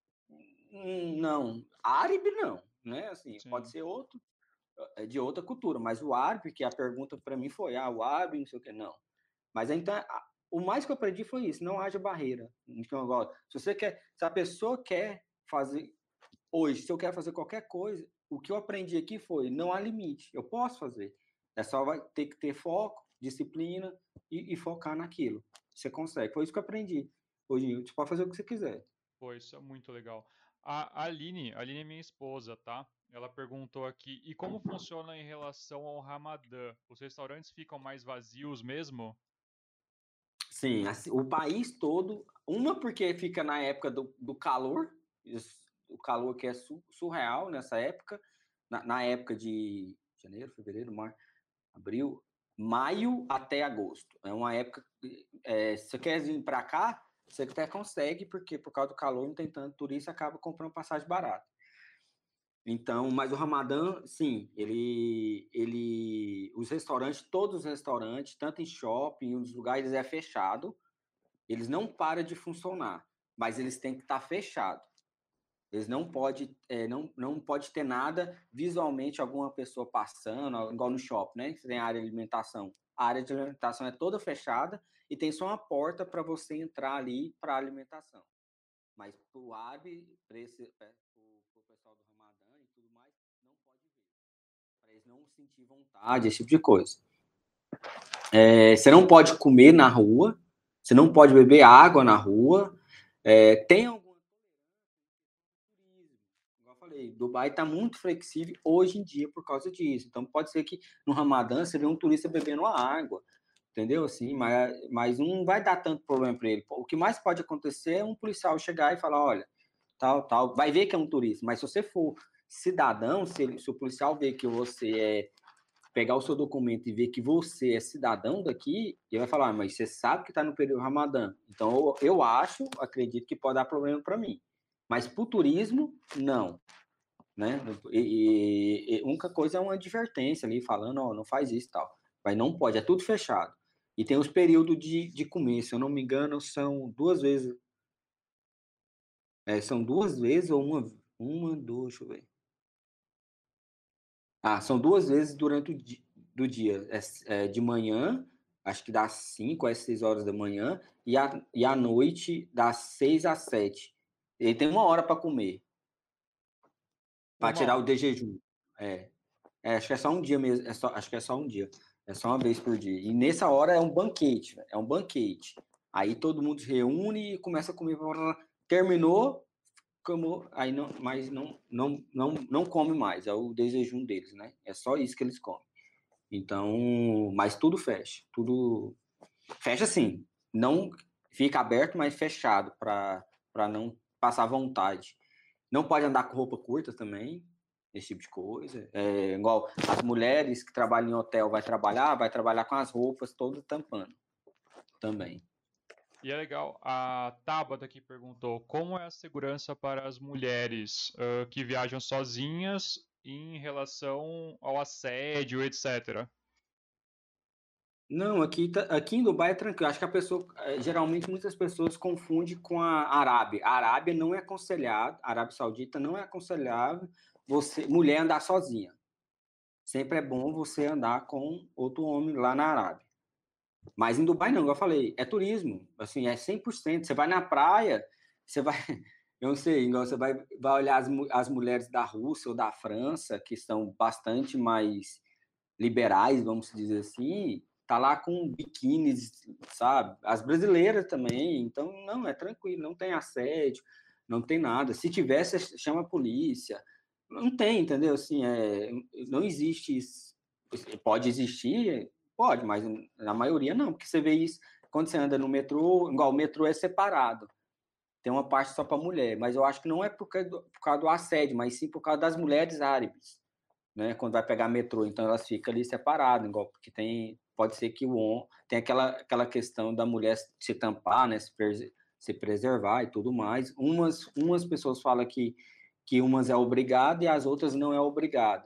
Não. Árabe não, né? Assim, Sim. pode ser outro, de outra cultura, mas o árabe, que a pergunta para mim foi, ah, o árabe, não sei o que, não. Mas então, o mais que eu aprendi foi isso, não haja barreira. Se você quer, se a pessoa quer fazer, hoje, se eu quero fazer qualquer coisa, o que eu aprendi aqui foi, não há limite, eu posso fazer. É só vai ter que ter foco, disciplina e, e focar naquilo. Você consegue. Foi isso que eu aprendi. Hoje, você pode fazer o que você quiser. Pô, isso é muito legal. A Aline, a Aline é minha esposa, tá? Ela perguntou aqui, e como funciona em relação ao Ramadã? Os restaurantes ficam mais vazios mesmo? Sim, assim, o país todo, uma porque fica na época do, do calor, o calor que é su, surreal nessa época, na, na época de janeiro, fevereiro, março, abril, maio até agosto. É uma época, é, se você quer vir para cá, você até consegue, porque por causa do calor não tem tanto turista, acaba comprando passagem barata. Então, mas o Ramadã, sim, ele, ele, os restaurantes, todos os restaurantes, tanto em shopping, os lugares é fechado, eles não param de funcionar, mas eles têm que estar fechados. Eles não pode, é, não, não pode ter nada visualmente, alguma pessoa passando, igual no shopping, né? Você tem a área de alimentação. A área de alimentação é toda fechada e tem só uma porta para você entrar ali para a alimentação. Mas para o árabe, para o pessoal do Ramadã e tudo mais, não pode ver. Para eles não sentir vontade, esse tipo de coisa. É, você não pode comer na rua, você não pode beber água na rua. É, tem alguma turismo, igual eu falei, Dubai está muito flexível hoje em dia por causa disso. Então pode ser que no Ramadã você vê um turista bebendo água, entendeu? Assim, mas, mas não vai dar tanto problema para ele. O que mais pode acontecer é um policial chegar e falar, olha, tal, tal, vai ver que é um turista. Mas se você for cidadão, se, ele, se o policial ver que você é, pegar o seu documento e ver que você é cidadão daqui, ele vai falar, ah, mas você sabe que está no período Ramadã. Então, eu, eu acho, acredito que pode dar problema para mim. Mas para o turismo, não. Né? E, e, e única coisa é uma advertência ali, falando, ó, não faz isso e tal. Mas não pode, é tudo fechado. E tem os períodos de, de comer, se eu não me engano, são duas vezes. É, são duas vezes ou uma, uma, duas, deixa eu ver. Ah, são duas vezes durante o dia, do dia é, é de manhã, acho que das cinco às seis horas da manhã, e a, e à noite das seis às sete. Ele tem uma hora para comer, para Uma tirar o hora. de jejum. É, é, acho que é só um dia mesmo, é só, acho que é só um dia. É só uma vez por dia. E nessa hora é um banquete, é um banquete. Aí todo mundo se reúne e começa a comer. Terminou, como, aí não, mas não, não, não, não come mais, é o desjejum deles, né? É só isso que eles comem. Então, mas tudo fecha, tudo fecha assim, não fica aberto, mas fechado para para não passar vontade. Não pode andar com roupa curta também, esse tipo de coisa. É, igual as mulheres que trabalham em hotel vai trabalhar, vai trabalhar com as roupas todas tampando também. E é legal, a Tabata aqui perguntou como é a segurança para as mulheres uh, que viajam sozinhas em relação ao assédio, etcétera. Não, aqui, tá, aqui em Dubai é tranquilo. Acho que a pessoa, geralmente muitas pessoas confundem com a Arábia. A Arábia não é aconselhado, a Arábia Saudita não é aconselhável você, mulher andar sozinha. Sempre é bom você andar com outro homem lá na Arábia. Mas em Dubai não, igual eu falei, é turismo, assim, é cem por cento. Você vai na praia, você vai, eu não sei, igual você vai, vai olhar as, as mulheres da Rússia ou da França, que são bastante mais liberais, vamos dizer assim, tá lá com biquínis, sabe? As brasileiras também, então não, é tranquilo, não tem assédio, não tem nada. Se tivesse, chama a polícia. Não tem, entendeu? Assim, é, não existe isso. Pode existir, pode, mas na maioria não, porque você vê isso quando você anda no metrô, igual o metrô é separado. Tem uma parte só para mulher, mas eu acho que não é por causa, do, por causa do assédio, mas sim por causa das mulheres árabes, né? Quando vai pegar metrô, então elas ficam ali separadas, igual porque tem, pode ser que o homem tem aquela aquela questão da mulher se tampar, né? Se, se preservar e tudo mais. Umas umas pessoas falam que que umas é obrigado e as outras não é obrigado.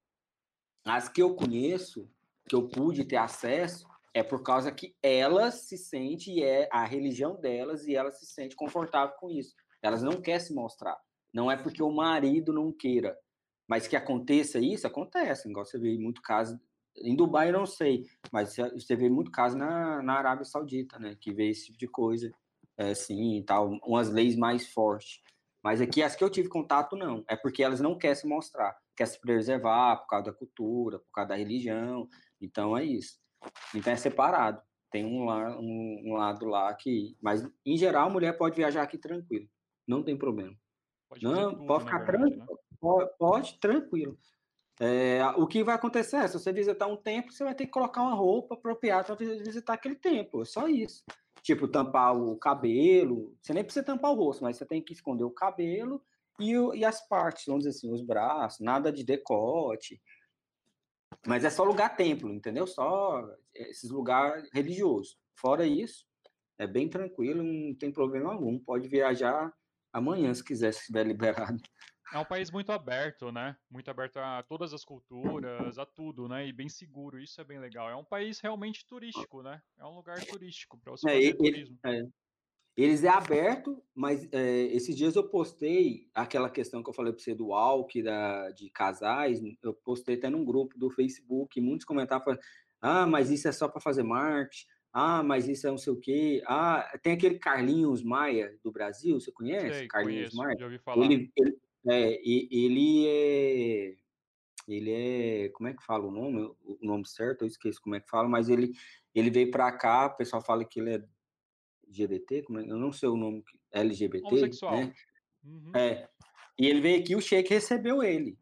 As que eu conheço, que eu pude ter acesso, é por causa que elas se sentem, e é a religião delas, e elas se sentem confortável com isso. Elas não querem se mostrar. Não é porque o marido não queira. Mas que aconteça isso, acontece. Igual você vê muito caso. Em Dubai eu não sei, mas você vê muito caso na, na Arábia Saudita, né? Que vê esse tipo de coisa, é, assim, e tal, umas leis mais fortes. Mas aqui, as que eu tive contato, não. É porque elas não querem se mostrar, quer se preservar por causa da cultura, por causa da religião. Então, é isso. Então, é separado. Tem um, lá, um, um lado lá que... Mas, em geral, a mulher pode viajar aqui tranquilo. Não tem problema. Pode fazer Não, tudo, pode na ficar verdade, tranquilo. né? Pode, pode, tranquilo. É, o que vai acontecer é, se você visitar um templo, você vai ter que colocar uma roupa apropriada para visitar aquele templo. É só isso. Tipo, tampar o cabelo. Você nem precisa tampar o rosto, mas você tem que esconder o cabelo e, o, e as partes, vamos dizer assim, os braços, nada de decote. Mas é só lugar templo, entendeu? Só esses lugares religiosos. Fora isso, é bem tranquilo, não tem problema algum. Pode viajar amanhã, se quiser, se estiver liberado. É um país muito aberto, né? Muito aberto a todas as culturas, a tudo, né? E bem seguro, isso é bem legal. É um país realmente turístico, né? É um lugar turístico para você É, fazer ele, turismo. é, Eles é aberto, mas é, esses dias eu postei aquela questão que eu falei para você do walk, da, de casais, eu postei até num grupo do Facebook, e muitos comentavam, falando, ah, mas isso é só para fazer marketing, ah, mas isso é não sei o quê, ah, tem aquele Carlinhos Maia do Brasil, você conhece? Sei, Carlinhos conheço, Maia? já ouvi falar. Ele, ele, é, ele é, ele é, como é que fala o nome? O nome certo, eu esqueço como é que fala, mas ele, ele veio para cá, o pessoal fala que ele é L G B T, como é? Eu não sei o nome, L G B T, Homossexual. né? Uhum. É, e ele veio aqui, o Sheik recebeu ele.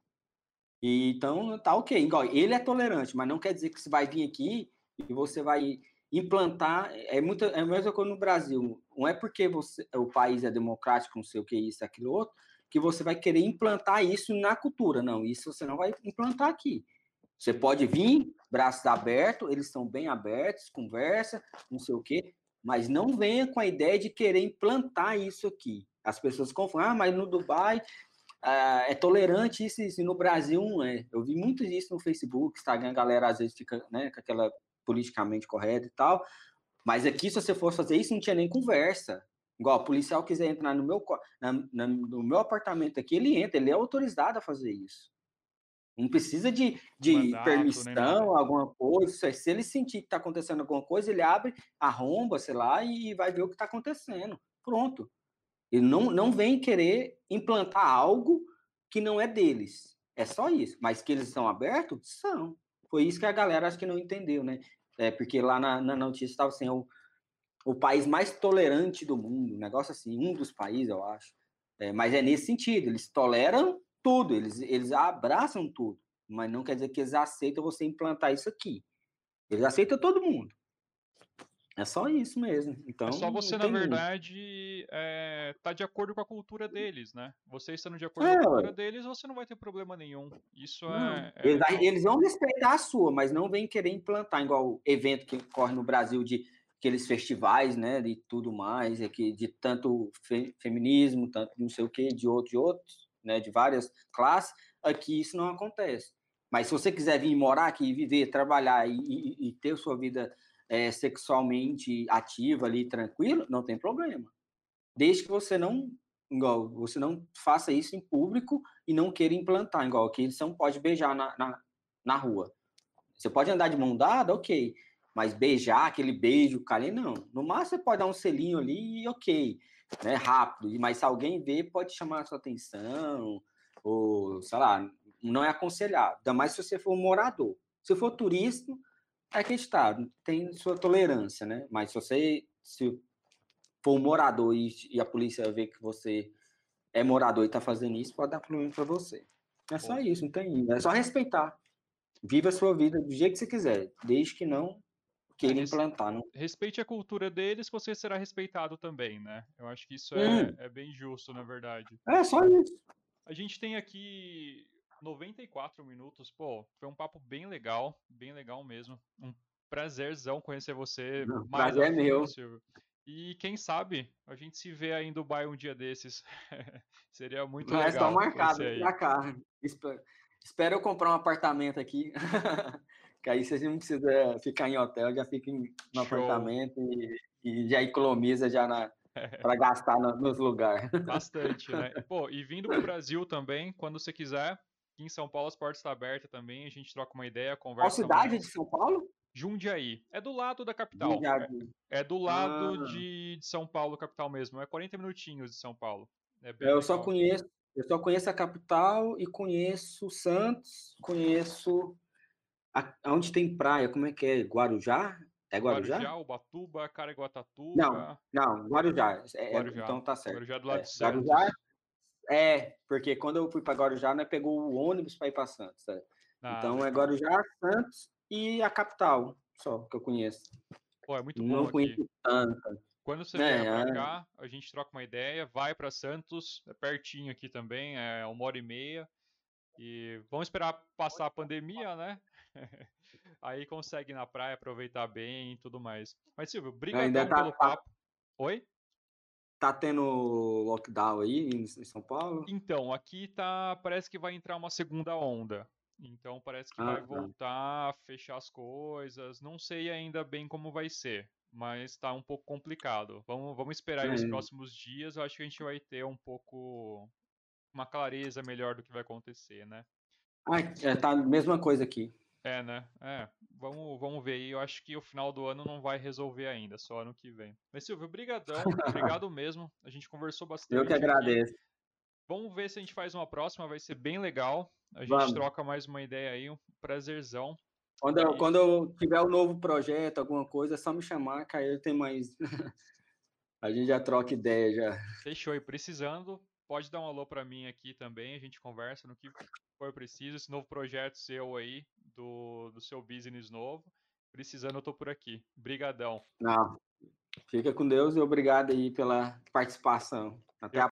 E, então, tá ok. Igual, ele é tolerante, mas não quer dizer que você vai vir aqui e você vai implantar. É, muita, é a mesma coisa no Brasil. Não é porque você, o país é democrático, não sei o que, isso, aquilo, outro, que você vai querer implantar isso na cultura. Não, isso você não vai implantar aqui. Você pode vir, braços abertos, eles são bem abertos, conversa, não sei o quê, mas não venha com a ideia de querer implantar isso aqui. As pessoas confundem, ah, mas no Dubai ah, é tolerante isso, isso, e no Brasil não é. Eu vi muito disso no Facebook, Instagram, a galera às vezes fica, né, com aquela politicamente correta e tal, mas aqui, se você fosse fazer isso, não tinha nem conversa. Igual, o policial quiser entrar no meu, na, na, no meu apartamento aqui, ele entra, ele é autorizado a fazer isso. Não precisa de, de Mandato, nem nada. permissão, alguma coisa. Se ele sentir que está acontecendo alguma coisa, ele abre, arromba, sei lá, e vai ver o que está acontecendo. Pronto. Ele não, não vem querer implantar algo que não é deles. É só isso. Mas que eles estão abertos? São. Foi isso que a galera acho que não entendeu, né? É, porque lá na, na notícia estava assim, o, o país mais tolerante do mundo, um negócio assim, um dos países, eu acho. É, mas é nesse sentido, eles toleram tudo, eles, eles abraçam tudo, mas não quer dizer que eles aceitam você implantar isso aqui. Eles aceitam todo mundo. É só isso mesmo. Então, É só você, não na tem muito. verdade, é, tá de acordo com a cultura deles, né? Você estando de acordo É, com a ué. cultura deles, você não vai ter problema nenhum. Isso Não. é, é Eles, legal. eles vão respeitar a sua, mas não vem querer implantar, igual o evento que ocorre no Brasil de aqueles festivais, né, de tudo mais, é que de tanto fe, feminismo, tanto não sei o que, de outros, de outros, né, de várias classes, aqui isso não acontece. Mas se você quiser vir morar aqui, viver, trabalhar e, e, e ter sua vida é, sexualmente ativa ali, tranquilo, não tem problema. Desde que você não, igual, você não faça isso em público e não queira implantar, igual aqui você não pode beijar na, na, na rua. Você pode andar de mão dada, ok, mas beijar, aquele beijo, carinho, não. No máximo você pode dar um selinho ali e ok, né, rápido, mas se alguém ver, pode chamar a sua atenção, ou, sei lá, não é aconselhável, ainda mais se você for um morador. Se for turista, é que está, tem sua tolerância, né, mas se você, se for um morador e, e a polícia vê que você é morador e está fazendo isso, pode dar problema para você. É só Pô, isso, não tem. É só respeitar. Viva a sua vida do jeito que você quiser, desde que não é, queira res- implantar. Não. respeite a cultura deles, você será respeitado também, né? Eu acho que isso é, Hum, é bem justo, na verdade. é só isso. A gente tem aqui noventa e quatro minutos. Pô, foi um papo bem legal, bem legal mesmo. Um prazerzão conhecer você Não, mais a prazer é fundo, meu. Silvio. E quem sabe a gente se vê aí em Dubai um dia desses. Seria muito É só legal marcado, conhecer vem aí. pra cá. Espero, espero eu comprar um apartamento aqui. Que aí você não precisa ficar em hotel, já fica em, no Show. apartamento e, e já economiza já na, para gastar no, nos lugares. Bastante, né? E, pô, e vindo pro Brasil também, quando você quiser, aqui em São Paulo as portas estão abertas também, a gente troca uma ideia, Qual conversa cidade de mais. São Paulo? Jundiaí. É do lado da capital. É, Jundiaí. é do lado Ah, de, de São Paulo, capital mesmo. É quarenta minutinhos de São Paulo. É bem eu só legal. conheço, eu só conheço a capital e conheço Santos, conheço a, onde tem praia, como é que é? Guarujá? É Guarujá? Guarujá, Ubatuba, Não, Caraguatatuba, não, Guarujá. É, é- Guarujá. então tá certo. Guarujá é do lado É, de Guarujá Santos. é, porque quando eu fui para Guarujá, né, pegou o ônibus para ir para Santos. É. Ah, Então é legal. Guarujá, Santos e a capital, só que eu conheço. Pô, é muito bom Não aqui. conheço tanta. Quando você vier É, pra é, cá, a gente troca uma ideia, vai pra Santos, é pertinho aqui também, é uma hora e meia. E vamos esperar passar a pandemia, né? Aí consegue ir na praia, aproveitar bem e tudo mais. Mas, Silvio, ainda brigadão tá, pelo tá, papo. Oi? tá tendo lockdown aí em, em São Paulo? Então, aqui tá, parece que vai entrar uma segunda onda. Então, parece que vai Ah, tá. voltar a fechar as coisas. Não sei ainda bem como vai ser, mas tá um pouco complicado. Vamos, vamos esperar aí os É. próximos dias. Eu acho que a gente vai ter um pouco uma clareza melhor do que vai acontecer, né? Ah, é, tá a mesma coisa aqui. É, né? É, vamos, vamos ver aí. Eu acho que o final do ano não vai resolver ainda, só ano que vem. Mas, Silvio, brigadão. Obrigado mesmo. A gente conversou Eu que bastante aqui. agradeço. Vamos ver se a gente faz uma próxima, vai ser bem legal. A gente Vamos. troca mais uma ideia aí, um prazerzão. Quando eu, E quando eu tiver um novo projeto, alguma coisa, é só me chamar, que aí eu tenho mais. A gente já troca ideia já. fechou aí, precisando, pode dar um alô pra mim aqui também, a gente conversa no que for preciso. Esse novo projeto seu aí, do, do seu business novo. Precisando, eu tô por aqui. Brigadão. Não, fica com Deus e obrigado aí pela participação. Até Eu a